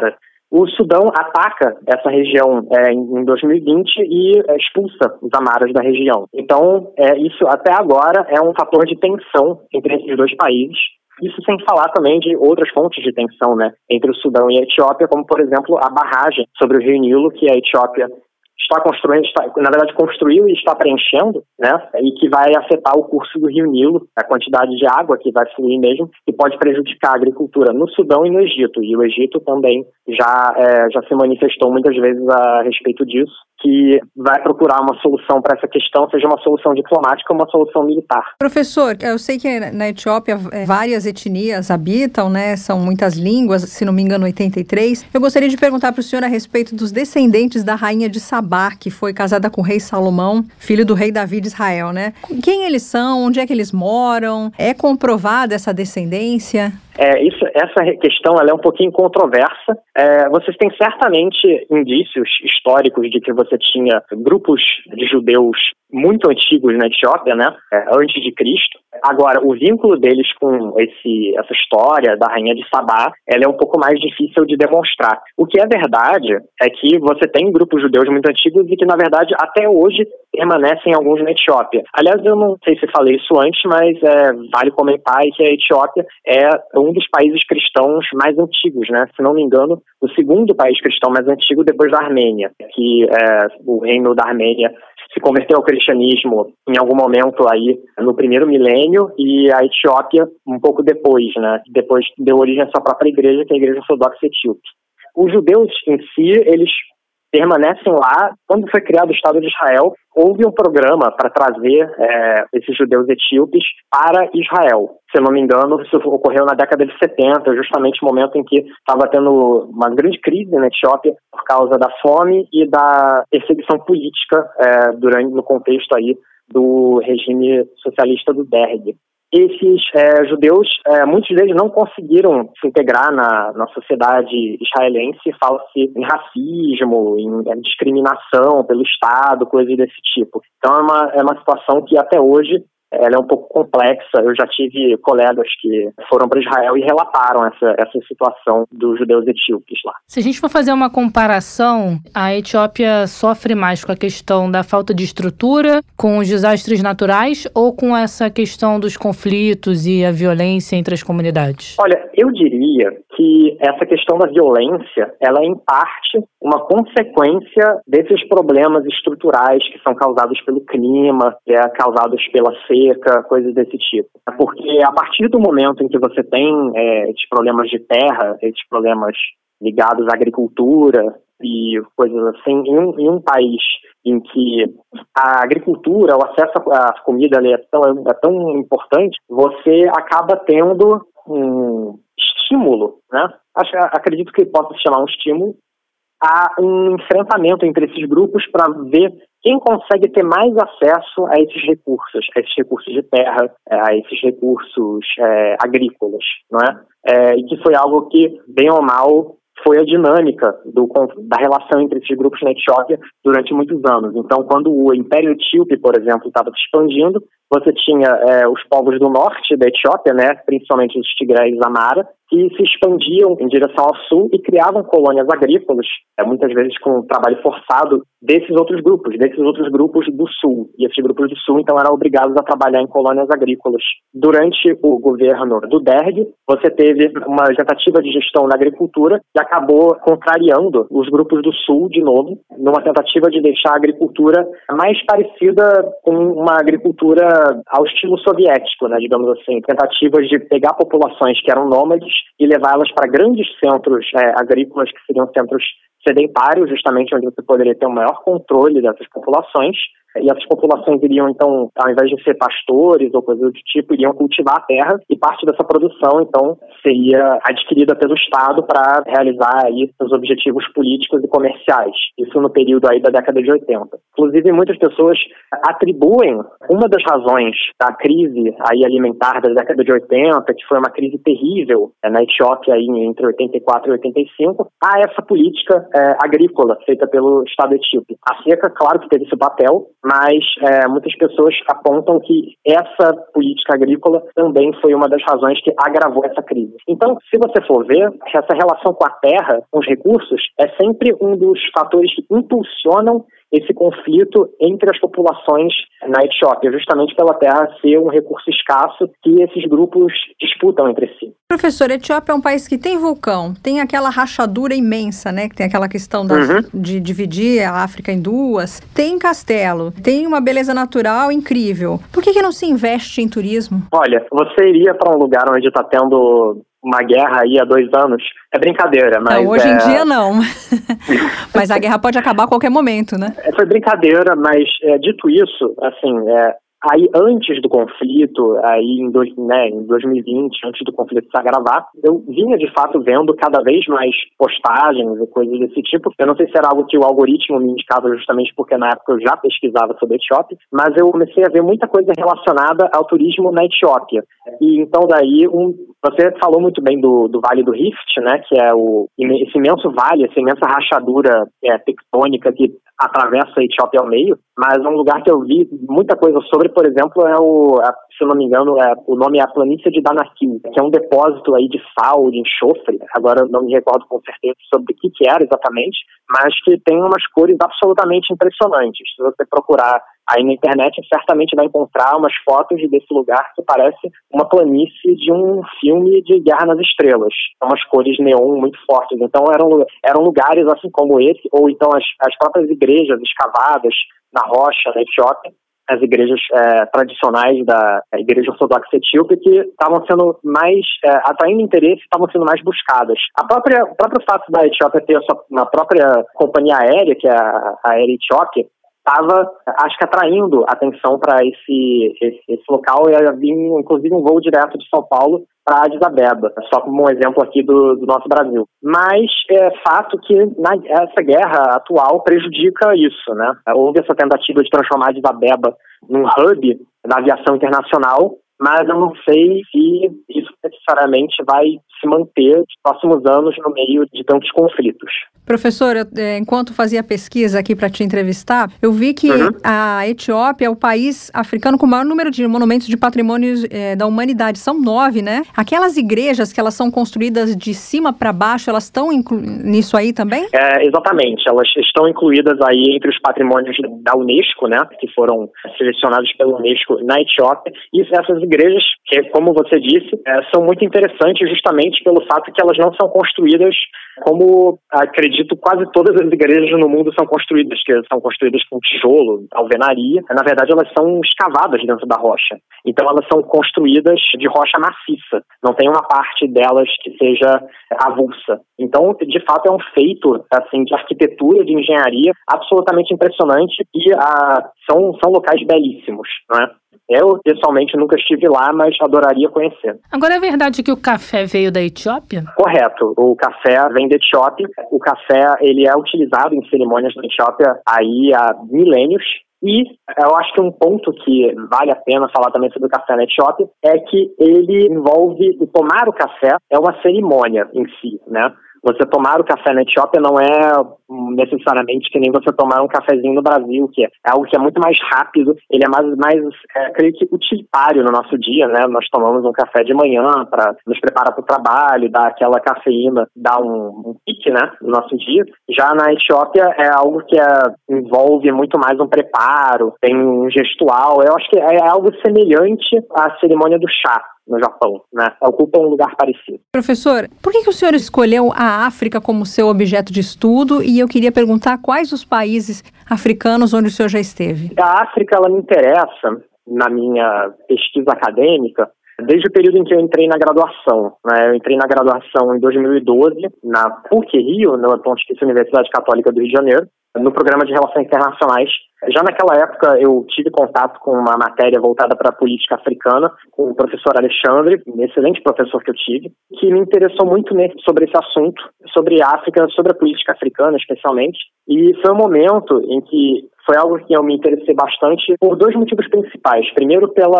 O Sudão ataca essa região é, em dois mil e vinte e é, expulsa os amaras da região. Então, é, isso até agora é um fator de tensão entre esses dois países. Isso sem falar também de outras fontes de tensão, né, entre o Sudão e a Etiópia, como, por exemplo, a barragem sobre o Rio Nilo, que a Etiópia está construindo, está, na verdade construiu e está preenchendo, né, e que vai afetar o curso do Rio Nilo, a quantidade de água que vai fluir mesmo, e pode prejudicar a agricultura no Sudão e no Egito. E o Egito também já, é, já se manifestou muitas vezes a respeito disso, que vai procurar uma solução para essa questão, seja uma solução diplomática ou uma solução militar. Professor, eu sei que na Etiópia várias etnias habitam, né? São muitas línguas, se não me engano, oitenta e três. Eu gostaria de perguntar para o senhor a respeito dos descendentes da rainha de Sabá, que foi casada com o rei Salomão, filho do rei Davi de Israel, né? Quem eles são? Onde é que eles moram? É comprovada essa descendência? É, isso, essa questão ela é um pouquinho controversa. É, vocês têm certamente indícios históricos de que você tinha grupos de judeus muito antigos na Etiópia, né, é, antes de Cristo. Agora, o vínculo deles com esse, essa história da rainha de Sabá, ela é um pouco mais difícil de demonstrar. O que é verdade é que você tem grupos judeus muito antigos e que, na verdade, até hoje permanecem alguns na Etiópia. Aliás, eu não sei se falei isso antes, mas é, vale comentar que a Etiópia é um dos países cristãos mais antigos, né? Se não me engano, o segundo país cristão mais antigo depois da Armênia, que é, o reino da Armênia se converteu ao cristianismo em algum momento aí no primeiro milênio, e a Etiópia um pouco depois, né? Depois deu origem à sua própria igreja, que é a Igreja Ortodoxa Etíope. Os judeus em si, eles permanecem lá. Quando foi criado o Estado de Israel, houve um programa para trazer é, esses judeus etíopes para Israel. Se eu não me engano, isso ocorreu na década de setenta, justamente no momento em que estava tendo uma grande crise na Etiópia por causa da fome e da perseguição política é, durante, no contexto aí do regime socialista do Derg. Esses é, judeus, é, muitos deles não conseguiram se integrar na, na sociedade israelense. Fala-se em racismo, em, em discriminação pelo Estado, coisas desse tipo. Então é uma, é uma situação que até hoje ela é um pouco complexa. Eu já tive colegas que foram para Israel e relataram essa, essa situação dos judeus etíopes lá. Se a gente for fazer uma comparação, a Etiópia sofre mais com a questão da falta de estrutura, com os desastres naturais, ou com essa questão dos conflitos e a violência entre as comunidades? Olha, eu diria que essa questão da violência, ela é em parte uma consequência desses problemas estruturais que são causados pelo clima, que é causados pela seca, coisas desse tipo. Porque a partir do momento em que você tem é, esses problemas de terra, esses problemas ligados à agricultura e coisas assim, em um, em um país em que a agricultura, o acesso à comida ali é tão, é tão importante, você acaba tendo um estímulo, né? Acho, acredito que possa se chamar um estímulo a um enfrentamento entre esses grupos para ver quem consegue ter mais acesso a esses recursos, a esses recursos de terra, a esses recursos é, agrícolas, não é? É, e que foi algo que, bem ou mal, foi a dinâmica do, da relação entre esses grupos na Etiópia durante muitos anos. Então, quando o Império Etíope, por exemplo, estava se expandindo, você tinha é, os povos do norte da Etiópia, né, principalmente os tigréis Amara, que se expandiam em direção ao sul e criavam colônias agrícolas, é, muitas vezes com trabalho forçado desses outros grupos, desses outros grupos do sul. E esses grupos do sul, então, eram obrigados a trabalhar em colônias agrícolas. Durante o governo do Derg, você teve uma tentativa de gestão na agricultura que acabou contrariando os grupos do sul, de novo, numa tentativa de deixar a agricultura mais parecida com uma agricultura ao estilo soviético, né, digamos assim, tentativas de pegar populações que eram nômades e levá-las para grandes centros é, agrícolas, que seriam centros sedentários, justamente onde você poderia ter um maior controle dessas populações. E essas populações iriam, então, ao invés de ser pastores ou coisas do tipo, iriam cultivar a terra, e parte dessa produção, então, seria adquirida pelo Estado para realizar aí os objetivos políticos e comerciais. Isso no período aí da década de oitenta. Inclusive, muitas pessoas atribuem uma das razões da crise aí alimentar da década de oitenta, que foi uma crise terrível é, na Etiópia aí entre oitenta e quatro e oitenta e cinco, a essa política é, agrícola feita pelo Estado etíope. A seca, claro que teve esse papel, mas é, muitas pessoas apontam que essa política agrícola também foi uma das razões que agravou essa crise. Então, se você for ver, essa relação com a terra, com os recursos, é sempre um dos fatores que impulsionam esse conflito entre as populações na Etiópia, justamente pela terra ser um recurso escasso que esses grupos disputam entre si. Professor, a Etiópia é um país que tem vulcão, tem aquela rachadura imensa, né, que tem aquela questão das, uhum. de dividir a África em duas, tem castelo, tem uma beleza natural incrível. Por que que não se investe em turismo? Olha, você iria para um lugar onde está tendo uma guerra aí há dois anos, é brincadeira, mas... Não, hoje é... em dia não. Mas a guerra pode acabar a qualquer momento, né? É, foi brincadeira, mas é, dito isso, assim, é, aí antes do conflito, aí em, dois, né, em dois mil e vinte, antes do conflito se agravar, eu vinha de fato vendo cada vez mais postagens e coisas desse tipo. Eu não sei se era algo que o algoritmo me indicava justamente porque na época eu já pesquisava sobre a Etiópia, mas eu comecei a ver muita coisa relacionada ao turismo na Etiópia. E então daí, um, você falou muito bem do, do Vale do Rift, né, que é o, esse imenso vale, essa imensa rachadura é, tectônica que atravessa a Etiópia ao meio, mas um lugar que eu vi muita coisa sobre, por exemplo, é o, se eu não me engano, é, o nome é a planície de Danakil, que é um depósito aí de sal, de enxofre, agora eu não me recordo com certeza sobre o que, que era exatamente, mas que tem umas cores absolutamente impressionantes. Se você procurar aí na internet, certamente vai encontrar umas fotos desse lugar que parece uma planície de um filme de Guerra nas Estrelas. São umas cores neon muito fortes. Então eram, eram lugares assim como esse, ou então as, as próprias igrejas escavadas na rocha, na Etiópia, as igrejas é, tradicionais da Igreja Ortodoxa Etíope, que estavam sendo mais, é, atraindo interesse, estavam sendo mais buscadas. A própria, o próprio fato da Etiópia ter a sua, uma própria companhia aérea, que é a, a Aérea Etiópia, estava, acho que, atraindo atenção para esse, esse, esse local, e havia, inclusive, um voo direto de São Paulo para Addis Abeba, só como um exemplo aqui do, do nosso Brasil. Mas é fato que na, essa guerra atual prejudica isso, né? Houve essa tentativa de transformar Addis Abeba num hub da aviação internacional, mas eu não sei se isso necessariamente vai se manter nos próximos anos no meio de tantos conflitos. Professor, eu, enquanto fazia pesquisa aqui para te entrevistar, eu vi que uhum. a Etiópia é o país africano com o maior número de monumentos de patrimônio é, da humanidade. São nove, né? Aquelas igrejas que elas são construídas de cima para baixo, elas estão inclu- nisso aí também? É, exatamente. Elas estão incluídas aí entre os patrimônios da Unesco, né? Que foram selecionados pela Unesco na Etiópia. E essas igrejas, que, como você disse, é, são muito interessantes justamente pelo fato que elas não são construídas como, acredito, quase todas as igrejas no mundo são construídas, que são construídas com tijolo, alvenaria. Na verdade, elas são escavadas dentro da rocha. Então, elas são construídas de rocha maciça. Não tem uma parte delas que seja avulsa. Então, de fato, é um feito assim, de arquitetura, de engenharia absolutamente impressionante e ah, são, são locais belíssimos, não é? Eu, pessoalmente, nunca estive lá, mas adoraria conhecer. Agora, é verdade que o café veio da Etiópia? Correto. O café vem da Etiópia. O café, ele é utilizado em cerimônias da Etiópia aí há milênios. E eu acho que um ponto que vale a pena falar também sobre o café na Etiópia é que ele envolve, o tomar o café é uma cerimônia em si, né? Você tomar o café na Etiópia não é necessariamente que nem você tomar um cafezinho no Brasil, que é algo que é muito mais rápido, ele é mais, mais é, creio que utilitário no nosso dia, né? Nós tomamos um café de manhã para nos preparar para o trabalho, dar aquela cafeína, dar um, um pique, né, no nosso dia. Já na Etiópia é algo que é, envolve muito mais um preparo, tem um gestual, eu acho que é algo semelhante à cerimônia do chá no Japão, né? Ocupa um lugar parecido. Professor, por que que o senhor escolheu a África como seu objeto de estudo? E eu queria perguntar quais os países africanos onde o senhor já esteve. A África, ela me interessa na minha pesquisa acadêmica desde o período em que eu entrei na graduação, né? Eu entrei na graduação em dois mil e doze, na P U C Rio, na Pontifícia Universidade Católica do Rio de Janeiro, no programa de Relações Internacionais. Já naquela época eu tive contato com uma matéria voltada para a política africana, com o professor Alexandre, um excelente professor que eu tive, que me interessou muito sobre esse assunto, sobre a África, sobre a política africana especialmente. E foi um momento em que foi algo que eu me interessei bastante por dois motivos principais. Primeiro, pela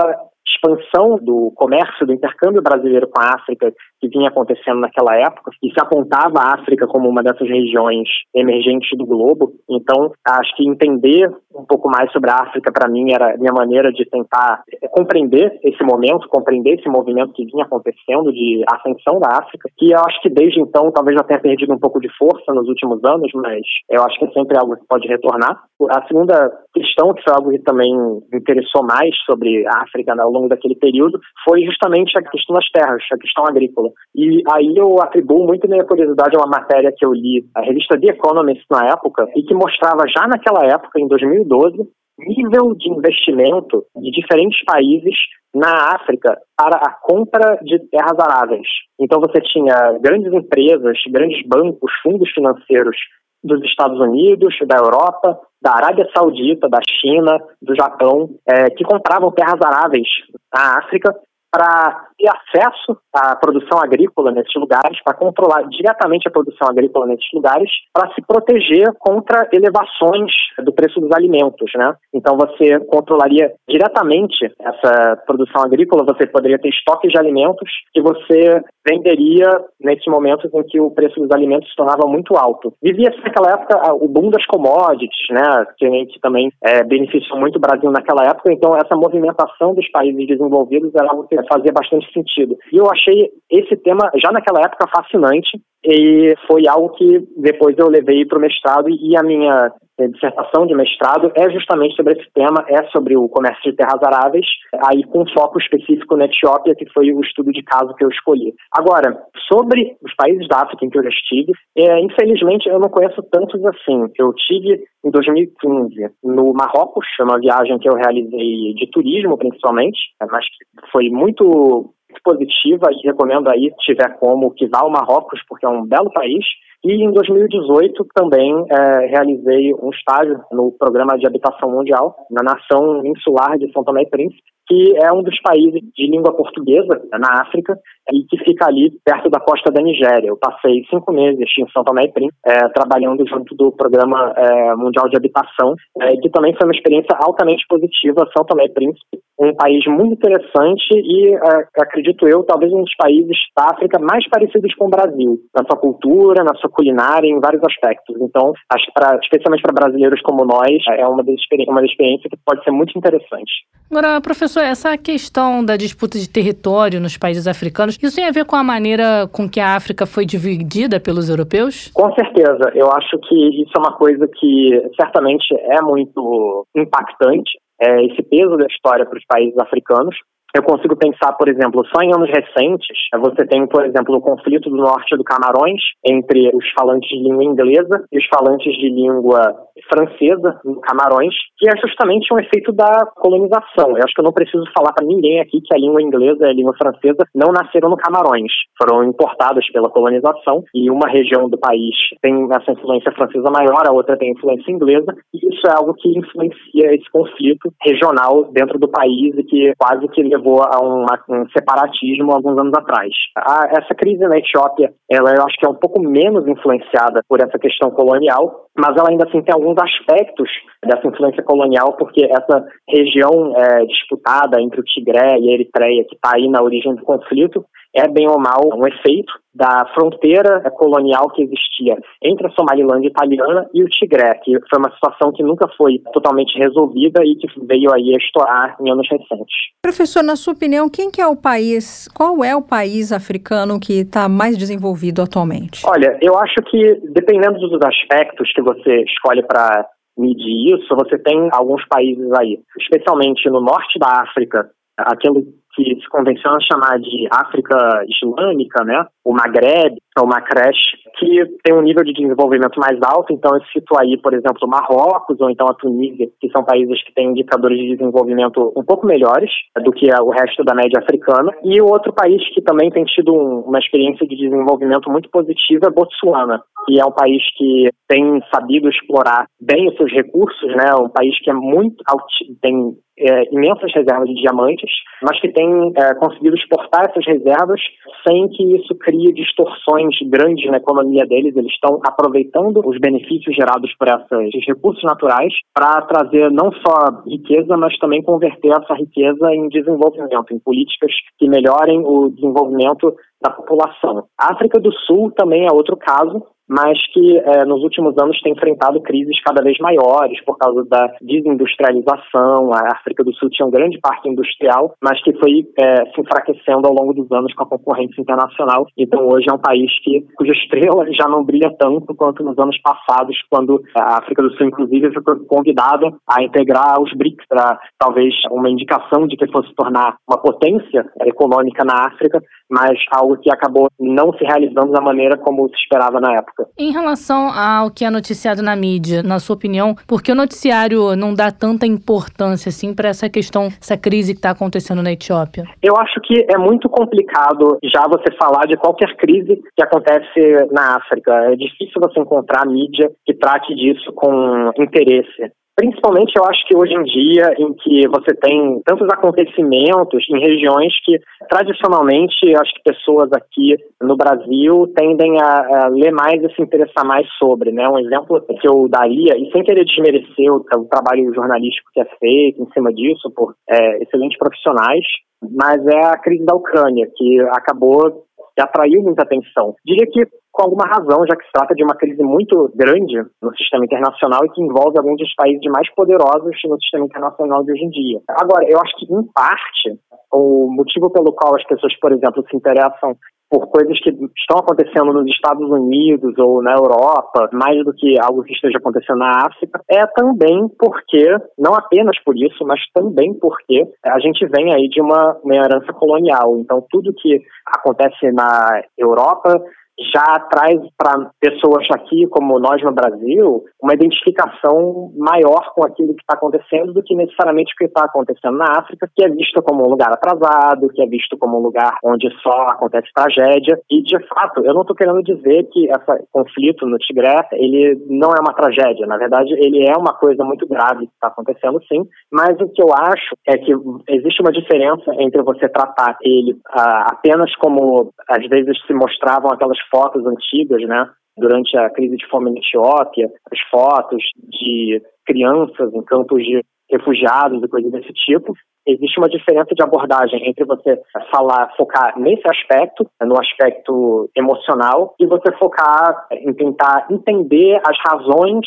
expansão do comércio, do intercâmbio brasileiro com a África que vinha acontecendo naquela época, e se apontava a África como uma dessas regiões emergentes do globo. Então, acho que entender um pouco mais sobre a África, para mim, era a minha maneira de tentar compreender esse momento, compreender esse movimento que vinha acontecendo de ascensão da África, que eu acho que desde então talvez já tenha perdido um pouco de força nos últimos anos, mas eu acho que é sempre algo que pode retornar. A segunda questão, que foi algo que também me interessou mais sobre a África, né, ao longo daquele período, foi justamente a questão das terras, a questão agrícola. E aí eu atribuo muito minha curiosidade a uma matéria que eu li, a revista The Economist na época, e que mostrava já naquela época, em dois mil e doze, nível de investimento de diferentes países na África para a compra de terras aráveis. Então você tinha grandes empresas, grandes bancos, fundos financeiros dos Estados Unidos, da Europa, da Arábia Saudita, da China, do Japão, é, que compravam terras aráveis na África para ter acesso à produção agrícola nesses lugares, para controlar diretamente a produção agrícola nesses lugares, para se proteger contra elevações do preço dos alimentos, né? Então você controlaria diretamente essa produção agrícola, você poderia ter estoques de alimentos que você venderia nesses momentos em que o preço dos alimentos se tornava muito alto. Vivia-se naquela época o boom das commodities, né? Que a gente também é, beneficiou muito o Brasil naquela época, então essa movimentação dos países desenvolvidos era algo que fazia bastante sentido. E eu achei esse tema, já naquela época, fascinante, e foi algo que depois eu levei para o mestrado, e a minha dissertação de mestrado é justamente sobre esse tema, é sobre o comércio de terras aráveis, aí com foco específico na Etiópia, que foi o estudo de caso que eu escolhi. Agora, sobre os países da África em que eu já estive, é, infelizmente eu não conheço tantos assim. Eu tive em dois mil e quinze no Marrocos, uma viagem que eu realizei de turismo principalmente, mas que foi muito positiva, e recomendo aí, se tiver como, que vá ao Marrocos, porque é um belo país. E em dois mil e dezoito também é, realizei um estágio no Programa de Habitação Mundial, na nação insular de São Tomé e Príncipe, que é um dos países de língua portuguesa na África e que fica ali perto da costa da Nigéria. Eu passei cinco meses em São Tomé e Príncipe, é, trabalhando junto do Programa é, Mundial de Habitação, é, que também foi uma experiência altamente positiva. São Tomé e Príncipe, um país muito interessante e, é, acredito eu, talvez um dos países da África mais parecidos com o Brasil, na sua cultura, na sua culinária, em vários aspectos. Então, acho que pra, especialmente para brasileiros como nós, é uma das, uma das experiências que pode ser muito interessante. Agora, professor, essa questão da disputa de território nos países africanos, isso tem a ver com a maneira com que a África foi dividida pelos europeus? Com certeza. Eu acho que isso é uma coisa que certamente é muito impactante, é, esse peso da história para os países africanos. Eu consigo pensar, por exemplo, só em anos recentes, você tem, por exemplo, o conflito do norte do Camarões entre os falantes de língua inglesa e os falantes de língua francesa no Camarões, que é justamente um efeito da colonização. Eu acho que eu não preciso falar para ninguém aqui que a língua inglesa e a língua francesa não nasceram no Camarões, foram importadas pela colonização, e uma região do país tem essa influência francesa maior, a outra tem influência inglesa, e isso é algo que influencia esse conflito regional dentro do país e que quase que levou a uma, um separatismo alguns anos atrás. A, essa crise na Etiópia, ela eu acho que é um pouco menos influenciada por essa questão colonial, mas ela ainda assim tem alguns aspectos dessa influência colonial, porque essa região é, disputada entre o Tigré e a Eritreia, que está aí na origem do conflito, é bem ou mal um efeito da fronteira colonial que existia entre a Somalilândia italiana e o Tigré, que foi uma situação que nunca foi totalmente resolvida e que veio aí a estourar em anos recentes. Professor, na sua opinião, quem que é o país, qual é o país africano que está mais desenvolvido atualmente? Olha, eu acho que dependendo dos aspectos que você escolhe para medir isso, você tem alguns países aí, especialmente no norte da África, aquele que se convenciona chamar de África Islâmica, né? O Maghreb, o Macrech, que tem um nível de desenvolvimento mais alto. Então eu cito aí, por exemplo, o Marrocos ou então a Tunísia, que são países que têm indicadores de desenvolvimento um pouco melhores do que o resto da média africana. E o outro país que também tem tido um, uma experiência de desenvolvimento muito positiva é Botsuana, que é um país que tem sabido explorar bem os seus recursos, né? Um país que é muito tem É, imensas reservas de diamantes, mas que tem é, conseguido exportar essas reservas sem que isso crie distorções contribuições grandes na economia deles, eles estão aproveitando os benefícios gerados por esses recursos naturais para trazer não só riqueza, mas também converter essa riqueza em desenvolvimento, em políticas que melhorem o desenvolvimento da população. A África do Sul também é outro caso, mas que eh, nos últimos anos tem enfrentado crises cada vez maiores por causa da desindustrialização. A África do Sul tinha um grande parque industrial, mas que foi eh, se enfraquecendo ao longo dos anos com a concorrência internacional. Então hoje é um país que, cuja estrela já não brilha tanto quanto nos anos passados, quando a África do Sul, inclusive, foi convidada a integrar os BRICS, para talvez uma indicação de que fosse tornar uma potência econômica na África, mas algo que acabou não se realizando da maneira como se esperava na época. Em relação ao que é noticiado na mídia, na sua opinião, por que o noticiário não dá tanta importância assim para essa questão, essa crise que está acontecendo na Etiópia? Eu acho que é muito complicado já você falar de qualquer crise que acontece na África. É difícil você encontrar mídia que trate disso com interesse. Principalmente, eu acho que hoje em dia, em que você tem tantos acontecimentos em regiões que, tradicionalmente, eu acho que pessoas aqui no Brasil tendem a, a ler mais e se interessar mais sobre, né? Um exemplo que eu daria, e sem querer desmerecer o, o trabalho jornalístico que é feito em cima disso por é, excelentes profissionais, mas é a crise da Ucrânia, que acabou, que atraiu muita atenção. Diria que com alguma razão, já que se trata de uma crise muito grande no sistema internacional e que envolve alguns dos países mais poderosos no sistema internacional de hoje em dia. Agora, eu acho que, em parte, o motivo pelo qual as pessoas, por exemplo, se interessam por coisas que estão acontecendo nos Estados Unidos ou na Europa, mais do que algo que esteja acontecendo na África, é também porque, não apenas por isso, mas também porque a gente vem aí de uma, uma herança colonial. Então, tudo que acontece na Europa já traz para pessoas aqui, como nós no Brasil, uma identificação maior com aquilo que está acontecendo do que necessariamente o que está acontecendo na África, que é visto como um lugar atrasado, que é visto como um lugar onde só acontece tragédia. E, de fato, eu não estou querendo dizer que esse conflito no Tigré, ele não é uma tragédia. Na verdade, ele é uma coisa muito grave que está acontecendo, sim, mas o que eu acho é que existe uma diferença entre você tratar ele uh, apenas como, às vezes, se mostravam aquelas fotos antigas, né, durante a crise de fome na Etiópia, as fotos de crianças em campos de refugiados e coisas desse tipo. Existe uma diferença de abordagem entre você falar, focar nesse aspecto, no aspecto emocional, e você focar em tentar entender as razões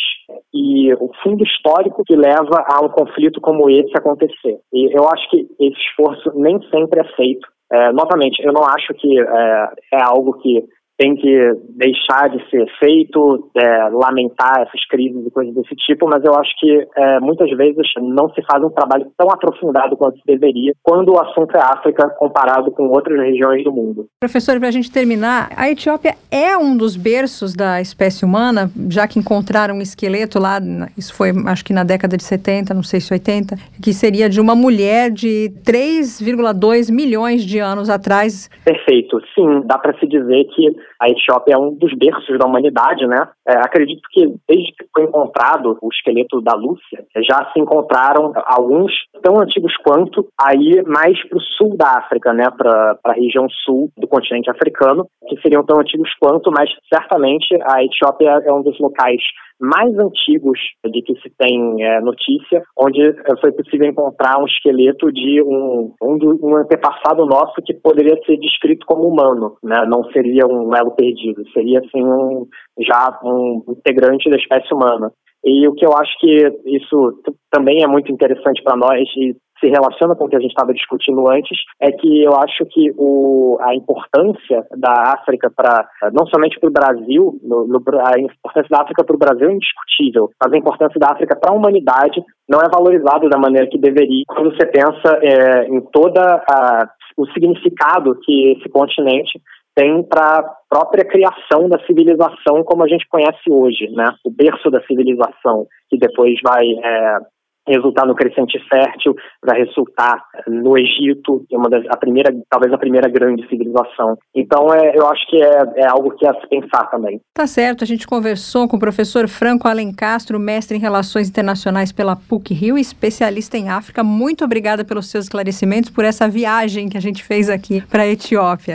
e o fundo histórico que leva a um conflito como esse acontecer. E eu acho que esse esforço nem sempre é feito. É, novamente, eu não acho que é, é algo que tem que deixar de ser feito, é, lamentar essas crises e coisas desse tipo, mas eu acho que é, muitas vezes não se faz um trabalho tão aprofundado quanto se deveria quando o assunto é África comparado com outras regiões do mundo. Professor, para a gente terminar, a Etiópia é um dos berços da espécie humana, já que encontraram um esqueleto lá, isso foi acho que na década de setenta, não sei se oitenta, que seria de uma mulher de três vírgula dois milhões de anos atrás. Perfeito, sim, dá para se dizer que a Etiópia é um dos berços da humanidade, né? É, acredito que desde que foi encontrado o esqueleto da Lúcia, já se encontraram alguns tão antigos quanto aí mais para o sul da África, né? Para a região sul do continente africano, que seriam tão antigos quanto, mas certamente a Etiópia é um dos locais mais antigos de que se tem é, notícia, onde foi possível encontrar um esqueleto de um, um, do, um antepassado nosso que poderia ser descrito como humano, né? Não seria um elo perdido, seria assim um, já um integrante da espécie humana. E o que eu acho que isso t- também é muito interessante para nós e se relaciona com o que a gente estava discutindo antes, é que eu acho que o, a importância da África para, não somente para o Brasil, no, no, a importância da África para o Brasil é indiscutível, mas a importância da África para a humanidade não é valorizada da maneira que deveria quando você pensa é, em todo o significado que esse continente tem para a própria criação da civilização como a gente conhece hoje, né? O berço da civilização, que depois vai é, resultar no Crescente Fértil, vai resultar no Egito, que é uma das, a primeira, talvez a primeira grande civilização. Então, é, eu acho que é, é algo que é a se pensar também. Tá certo, a gente conversou com o professor Franco Alencastro, mestre em Relações Internacionais pela PUC-Rio, especialista em África. Muito obrigada pelos seus esclarecimentos, por essa viagem que a gente fez aqui para a Etiópia.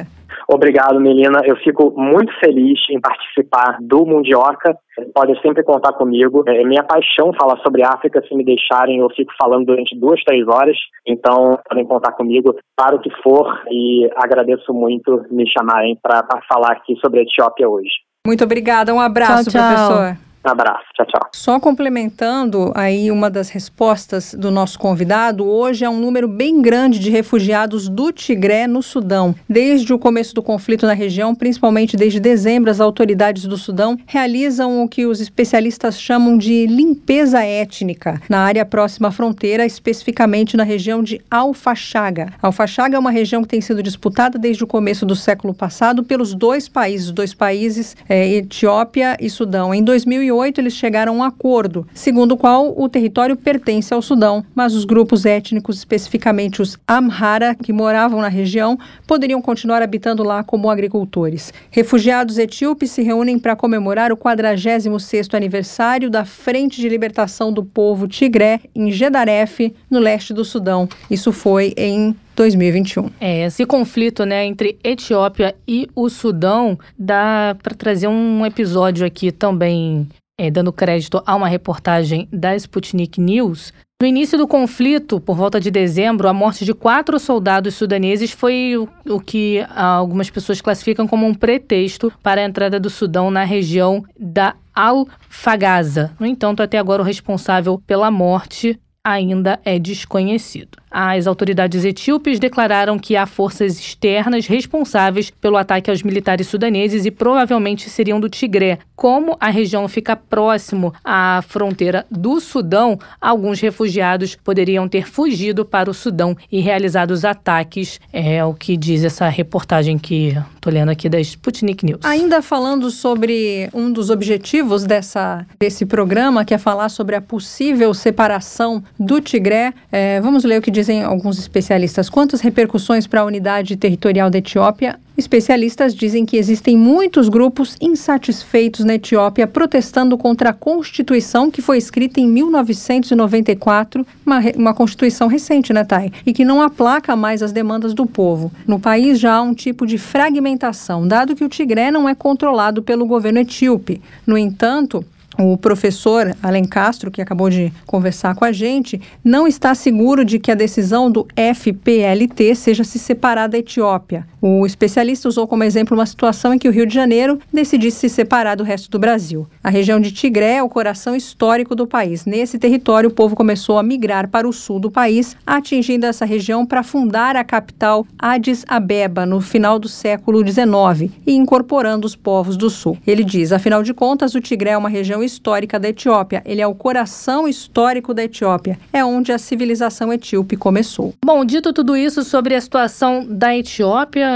Obrigado, Melina. Eu fico muito feliz em participar do Mundioca. Podem sempre contar comigo. É minha paixão falar sobre África. Se me deixarem, eu fico falando durante duas, três horas. Então, podem contar comigo para o que for. E agradeço muito me chamarem para falar aqui sobre a Etiópia hoje. Muito obrigada. Um abraço, tchau, tchau. professor. Um abraço, tchau, tchau. Só complementando aí uma das respostas do nosso convidado, hoje é um número bem grande de refugiados do Tigré no Sudão. Desde o começo do conflito na região, principalmente desde dezembro, as autoridades do Sudão realizam o que os especialistas chamam de limpeza étnica na área próxima à fronteira, especificamente na região de Al-Fashaga. Al-Fashaga é uma região que tem sido disputada desde o começo do século passado pelos dois países, os dois países, é, Etiópia e Sudão. Em dois mil e oito, eles chegaram a um acordo, segundo o qual o território pertence ao Sudão, mas os grupos étnicos, especificamente os Amhara, que moravam na região, poderiam continuar habitando lá como agricultores. Refugiados etíopes se reúnem para comemorar o quadragésimo sexto aniversário da Frente de Libertação do Povo Tigré, em Gedaref, no leste do Sudão. Isso foi em dois mil e vinte e um. É, esse conflito, né, entre Etiópia e o Sudão dá para trazer um episódio aqui também, é, dando crédito a uma reportagem da Sputnik News. No início do conflito, por volta de dezembro, a morte de quatro soldados sudaneses foi o, o que algumas pessoas classificam como um pretexto para a entrada do Sudão na região da Al-Fagaza. No entanto, até agora o responsável pela morte ainda é desconhecido. As autoridades etíopes declararam que há forças externas responsáveis pelo ataque aos militares sudaneses e provavelmente seriam do Tigré. Como a região fica próximo à fronteira do Sudão, alguns refugiados poderiam ter fugido para o Sudão e realizado os ataques. É o que diz essa reportagem que estou lendo aqui da Sputnik News. Ainda falando sobre um dos objetivos dessa, desse programa, que é falar sobre a possível separação do Tigré, é, vamos ler o que diz dizem alguns especialistas. Quantas repercussões para a unidade territorial da Etiópia? Especialistas dizem que existem muitos grupos insatisfeitos na Etiópia protestando contra a Constituição que foi escrita em mil novecentos e noventa e quatro, uma, uma Constituição recente, né, Thay? E que não aplaca mais as demandas do povo. No país já há um tipo de fragmentação, dado que o Tigré não é controlado pelo governo etíope. No entanto, o professor Alen Castro, que acabou de conversar com a gente, não está seguro de que a decisão do F P L T seja se separar da Etiópia. O especialista usou como exemplo uma situação em que o Rio de Janeiro decidisse se separar do resto do Brasil. A região de Tigré é o coração histórico do país. Nesse território, o povo começou a migrar para o sul do país, atingindo essa região para fundar a capital Addis Abeba no final do século dezenove e incorporando os povos do sul. Ele diz, afinal de contas, o Tigré é uma região histórica da Etiópia. Ele é o coração histórico da Etiópia. É onde a civilização etíope começou. Bom, dito tudo isso sobre a situação da Etiópia,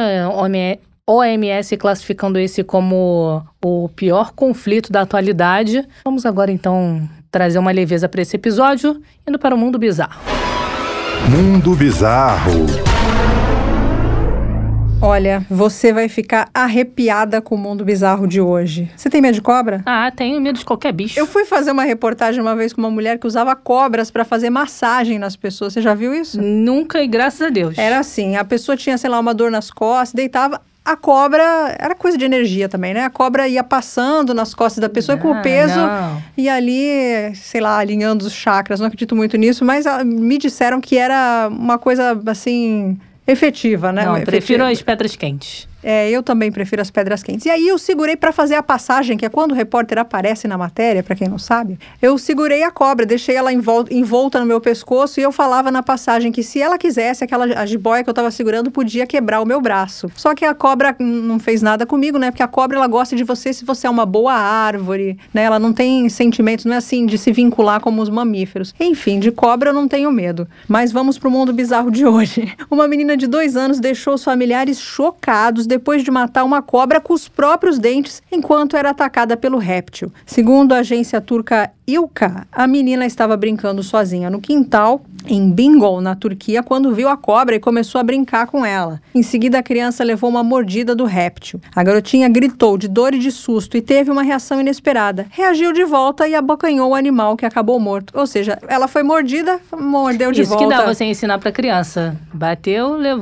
O M S classificando esse como o pior conflito da atualidade. Vamos agora, então, trazer uma leveza para esse episódio, indo para o Mundo Bizarro. Mundo Bizarro. Olha, você vai ficar arrepiada com o Mundo Bizarro de hoje. Você tem medo de cobra? Ah, tenho medo de qualquer bicho. Eu fui fazer uma reportagem uma vez com uma mulher que usava cobras para fazer massagem nas pessoas. Você já viu isso? Nunca, e graças a Deus. Era assim, a pessoa tinha, sei lá, uma dor nas costas, deitava... A cobra, era coisa de energia também, né? A cobra ia passando nas costas da pessoa ah, e com o peso não. E ali, sei lá, alinhando os chakras. Não acredito muito nisso, mas ah, me disseram que era uma coisa, assim, efetiva, né? Não, efetiva. Prefiro as pedras quentes. É, eu também prefiro as pedras quentes. E aí eu segurei para fazer a passagem, que é quando o repórter aparece na matéria, para quem não sabe. Eu segurei a cobra, deixei ela envolta, envolta no meu pescoço e eu falava na passagem que se ela quisesse, aquela a jiboia que eu tava segurando podia quebrar o meu braço. Só que a cobra não fez nada comigo, né? Porque a cobra, ela gosta de você se você é uma boa árvore, né? Ela não tem sentimentos, não é assim de se vincular como os mamíferos. Enfim, de cobra eu não tenho medo. Mas vamos pro mundo bizarro de hoje. Uma menina de dois anos deixou os familiares chocados depois de matar uma cobra com os próprios dentes enquanto era atacada pelo réptil. Segundo a agência turca Ilka, a menina estava brincando sozinha no quintal em Bingöl, na Turquia, quando viu a cobra e começou a brincar com ela. Em seguida, a criança levou uma mordida do réptil. A garotinha gritou de dor e de susto e teve uma reação inesperada. Reagiu de volta e abocanhou o animal, que acabou morto. Ou seja, ela foi mordida, mordeu de Isso volta. Isso que dá você ensinar pra criança. Bateu, levou.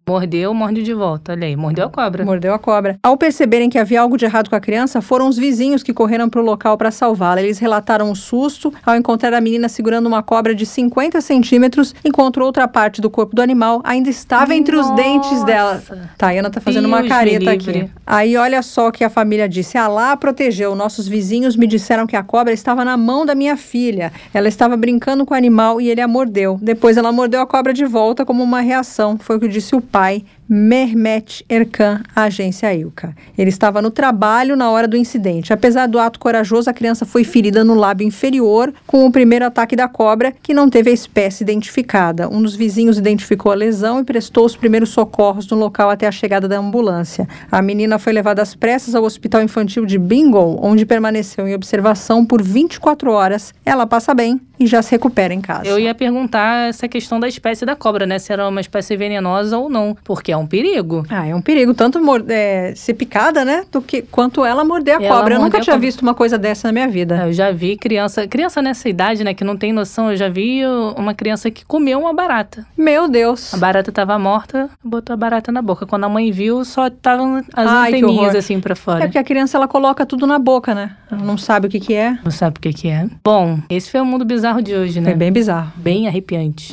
Mordeu, morde de volta. Olha aí, mordeu a cobra. Mordeu a cobra. Ao perceberem que havia algo de errado com a criança, foram os vizinhos que correram para o local para salvá-la. Eles relataram o susto ao encontrar a menina segurando uma cobra de cinquenta centímetros, enquanto outra parte do corpo do animal ainda estava entre Nossa. os dentes dela. Tayana tá fazendo Deus uma careta me aqui. livre. Aí olha só o que a família disse. Alá a protegeu. Nossos vizinhos me disseram que a cobra estava na mão da minha filha. Ela estava brincando com o animal e ele a mordeu. Depois ela mordeu a cobra de volta como uma reação. Foi o que disse o pai, Mehmet Erkan, à agência Ilka. Ele estava no trabalho na hora do incidente. Apesar do ato corajoso, a criança foi ferida no lábio inferior com o primeiro ataque da cobra, que não teve a espécie identificada. Um dos vizinhos identificou a lesão e prestou os primeiros socorros no local até a chegada da ambulância. A menina foi levada às pressas ao Hospital Infantil de Bingo, onde permaneceu em observação por vinte e quatro horas. Ela passa bem e já se recupera em casa. Eu ia perguntar essa questão da espécie da cobra, né? Se era uma espécie venenosa ou não, porque é um perigo. Ah, é um perigo, tanto é, ser picada, né, do que, quanto ela morder a Ela cobra. Eu nunca tinha cobra. visto uma coisa dessa na minha vida. Eu já vi criança, criança nessa idade, né, que não tem noção, eu já vi uma criança que comeu uma barata. Meu Deus. A barata tava morta, botou a barata na boca. Quando a mãe viu, só estavam as Ai, que anteninhas horror. assim pra fora. É porque a criança, ela coloca tudo na boca, né? Ela não sabe o que que é. Não sabe o que que é. Bom, esse foi o Mundo Bizarro de hoje, né? É bem bizarro. Bem arrepiante.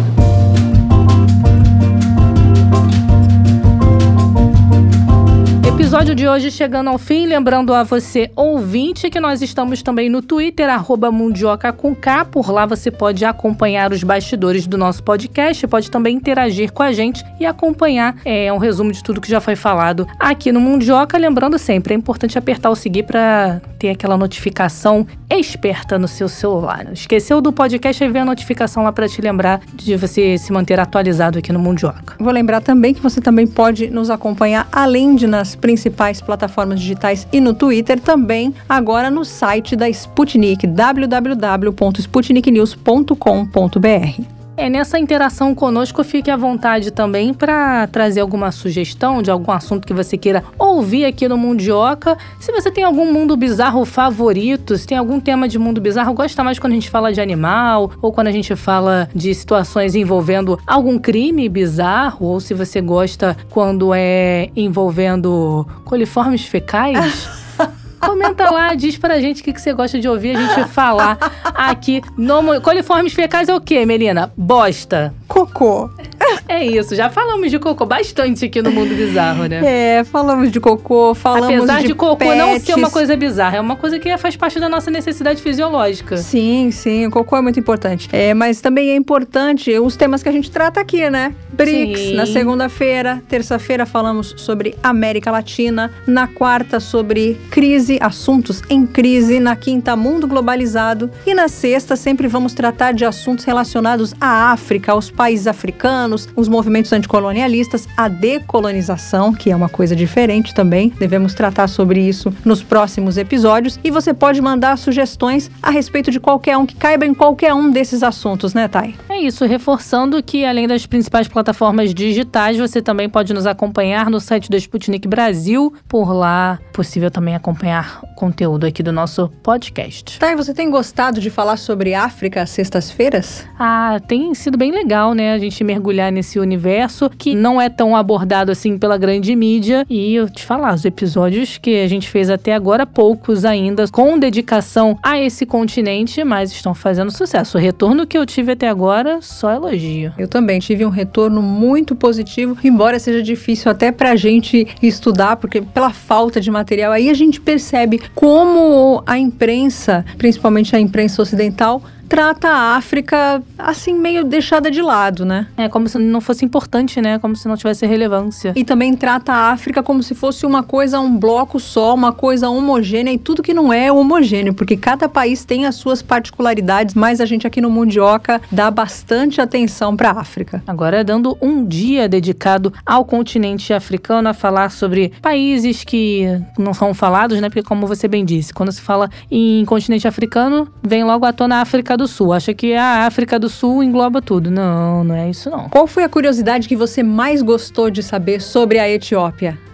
Episódio de hoje chegando ao fim, lembrando a você, ouvinte, que nós estamos também no Twitter, arroba Mundioca com K. Por lá você pode acompanhar os bastidores do nosso podcast, pode também interagir com a gente e acompanhar é, um resumo de tudo que já foi falado aqui no Mundioca. Lembrando sempre, é importante apertar o seguir para ter aquela notificação esperta no seu celular. Esqueceu do podcast, aí vem a notificação lá para te lembrar de você se manter atualizado aqui no Mundioca. Vou lembrar também que você também pode nos acompanhar, além de nas principais plataformas digitais e no Twitter, também agora no site da Sputnik, w w w ponto sputnik news ponto com ponto b r. É, nessa interação conosco, fique à vontade também para trazer alguma sugestão de algum assunto que você queira ouvir aqui no Mundioca. Se você tem algum mundo bizarro favorito, se tem algum tema de mundo bizarro, gosta mais quando a gente fala de animal, ou quando a gente fala de situações envolvendo algum crime bizarro, ou se você gosta quando é envolvendo coliformes fecais... Comenta lá, diz pra gente o que, que você gosta de ouvir a gente falar aqui no... Coliformes fecais é o quê, Melina? Bosta. Cocô. É isso, já falamos de cocô bastante aqui no Mundo Bizarro, né? É, falamos de cocô, falamos de Apesar de, cocô pets. não ser uma coisa bizarra, é uma coisa que faz parte da nossa necessidade fisiológica. Sim, sim, o cocô é muito importante. É, mas também é importante os temas que a gente trata aqui, né? B R I C S, Sim. na segunda-feira. Terça-feira falamos sobre América Latina. Na quarta, sobre crise, assuntos em crise. Na quinta, mundo globalizado. E na sexta, sempre vamos tratar de assuntos relacionados à África, aos países africanos, os movimentos anticolonialistas, a decolonização, que é uma coisa diferente também. Devemos tratar sobre isso nos próximos episódios. E você pode mandar sugestões a respeito de qualquer um, que caiba em qualquer um desses assuntos, né, Thay? É isso, reforçando que além das principais plataformas digitais, você também pode nos acompanhar no site da Sputnik Brasil. Por lá, é possível também acompanhar o conteúdo aqui do nosso podcast. Thay, você tem gostado de falar sobre África às sextas-feiras? Ah, tem sido bem legal, né? A gente mergulhar nesse universo que não é tão abordado assim pela grande mídia. E eu te falar, os episódios que a gente fez até agora, poucos ainda, com dedicação a esse continente, mas estão fazendo sucesso. O retorno que eu tive até agora, só elogio. Eu também tive um retorno muito positivo, embora seja difícil até pra gente estudar, porque pela falta de material, aí a gente percebe como a imprensa, principalmente a imprensa ocidental, trata a África, assim, meio deixada de lado, né? É como se não fosse importante, né? Como se não tivesse relevância. E também trata a África como se fosse uma coisa, um bloco só, uma coisa homogênea, e tudo que não é homogêneo, porque cada país tem as suas particularidades, mas a gente aqui no Mundioca dá bastante atenção para a África. Agora, dando um dia dedicado ao continente africano, a falar sobre países que não são falados, né? Porque como você bem disse, quando se fala em continente africano, vem logo à tona a África do Sul. Acha que a África do Sul engloba tudo. Não, não é isso não. Qual foi a curiosidade que você mais gostou de saber sobre a Etiópia?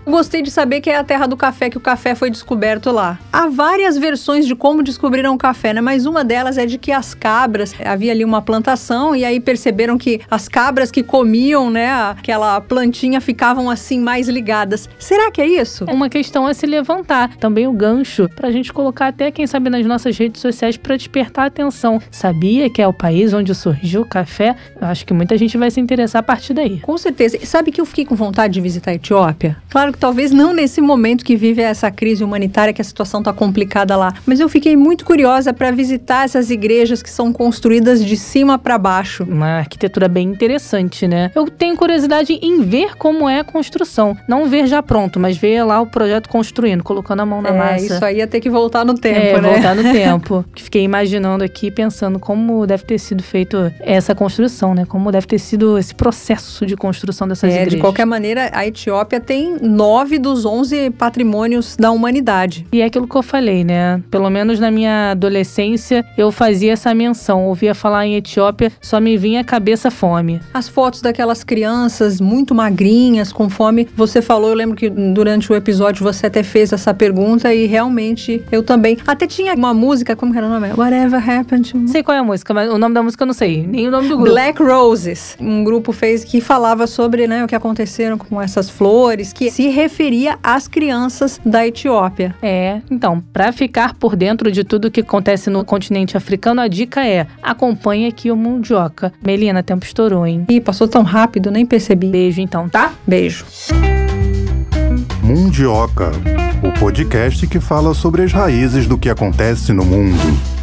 Gostei de saber que é a terra do café, que o café foi descoberto lá. Há várias versões de como descobriram o café, né? Mas uma delas é de que as cabras, havia ali uma plantação e aí perceberam que as cabras que comiam, né, aquela plantinha ficavam assim mais ligadas. Será que é isso? Uma questão a se levantar. Também o gancho pra gente colocar até, quem sabe, nas nossas redes sociais pra despertar a atenção. Sabia que é o país onde surgiu o café? Eu acho que muita gente vai se interessar a partir daí. Com certeza. E sabe que eu fiquei com vontade de visitar a Etiópia? Claro que talvez não nesse momento que vive essa crise humanitária, que a situação tá complicada lá, mas eu fiquei muito curiosa para visitar essas igrejas que são construídas de cima para baixo. Uma arquitetura bem interessante, né? Eu tenho curiosidade em ver como é a construção. Não ver já pronto, mas ver lá o projeto construindo, colocando a mão na é, massa. Isso aí ia ter que voltar no tempo, é, né? voltar no tempo. Fiquei imaginando aqui, pensando como deve ter sido feito essa construção, né? Como deve ter sido esse processo de construção dessas é, igrejas. De qualquer maneira, a Etiópia tem nove dos onze patrimônios da humanidade. E é aquilo que eu falei, né? Pelo menos na minha adolescência, eu fazia essa menção. Ouvia falar em Etiópia, só me vinha a cabeça fome. As fotos daquelas crianças muito magrinhas, com fome. Você falou, eu lembro que durante o episódio você até fez essa pergunta e realmente eu também. Até tinha uma música, como era o nome? Whatever Happened to Me. Não sei qual é a música, mas o nome da música eu não sei. Nem o nome do grupo. Black Roses. Um grupo fez que falava sobre, né, o que aconteceram com essas flores, que se referia às crianças da Etiópia. É, então, para ficar por dentro de tudo que acontece no continente africano, a dica é: acompanhe aqui o Mundioca. Melina, tempo estourou, hein? Ih, passou tão rápido, nem percebi. Beijo então, tá? Beijo. Mundioca, o podcast que fala sobre as raízes do que acontece no mundo.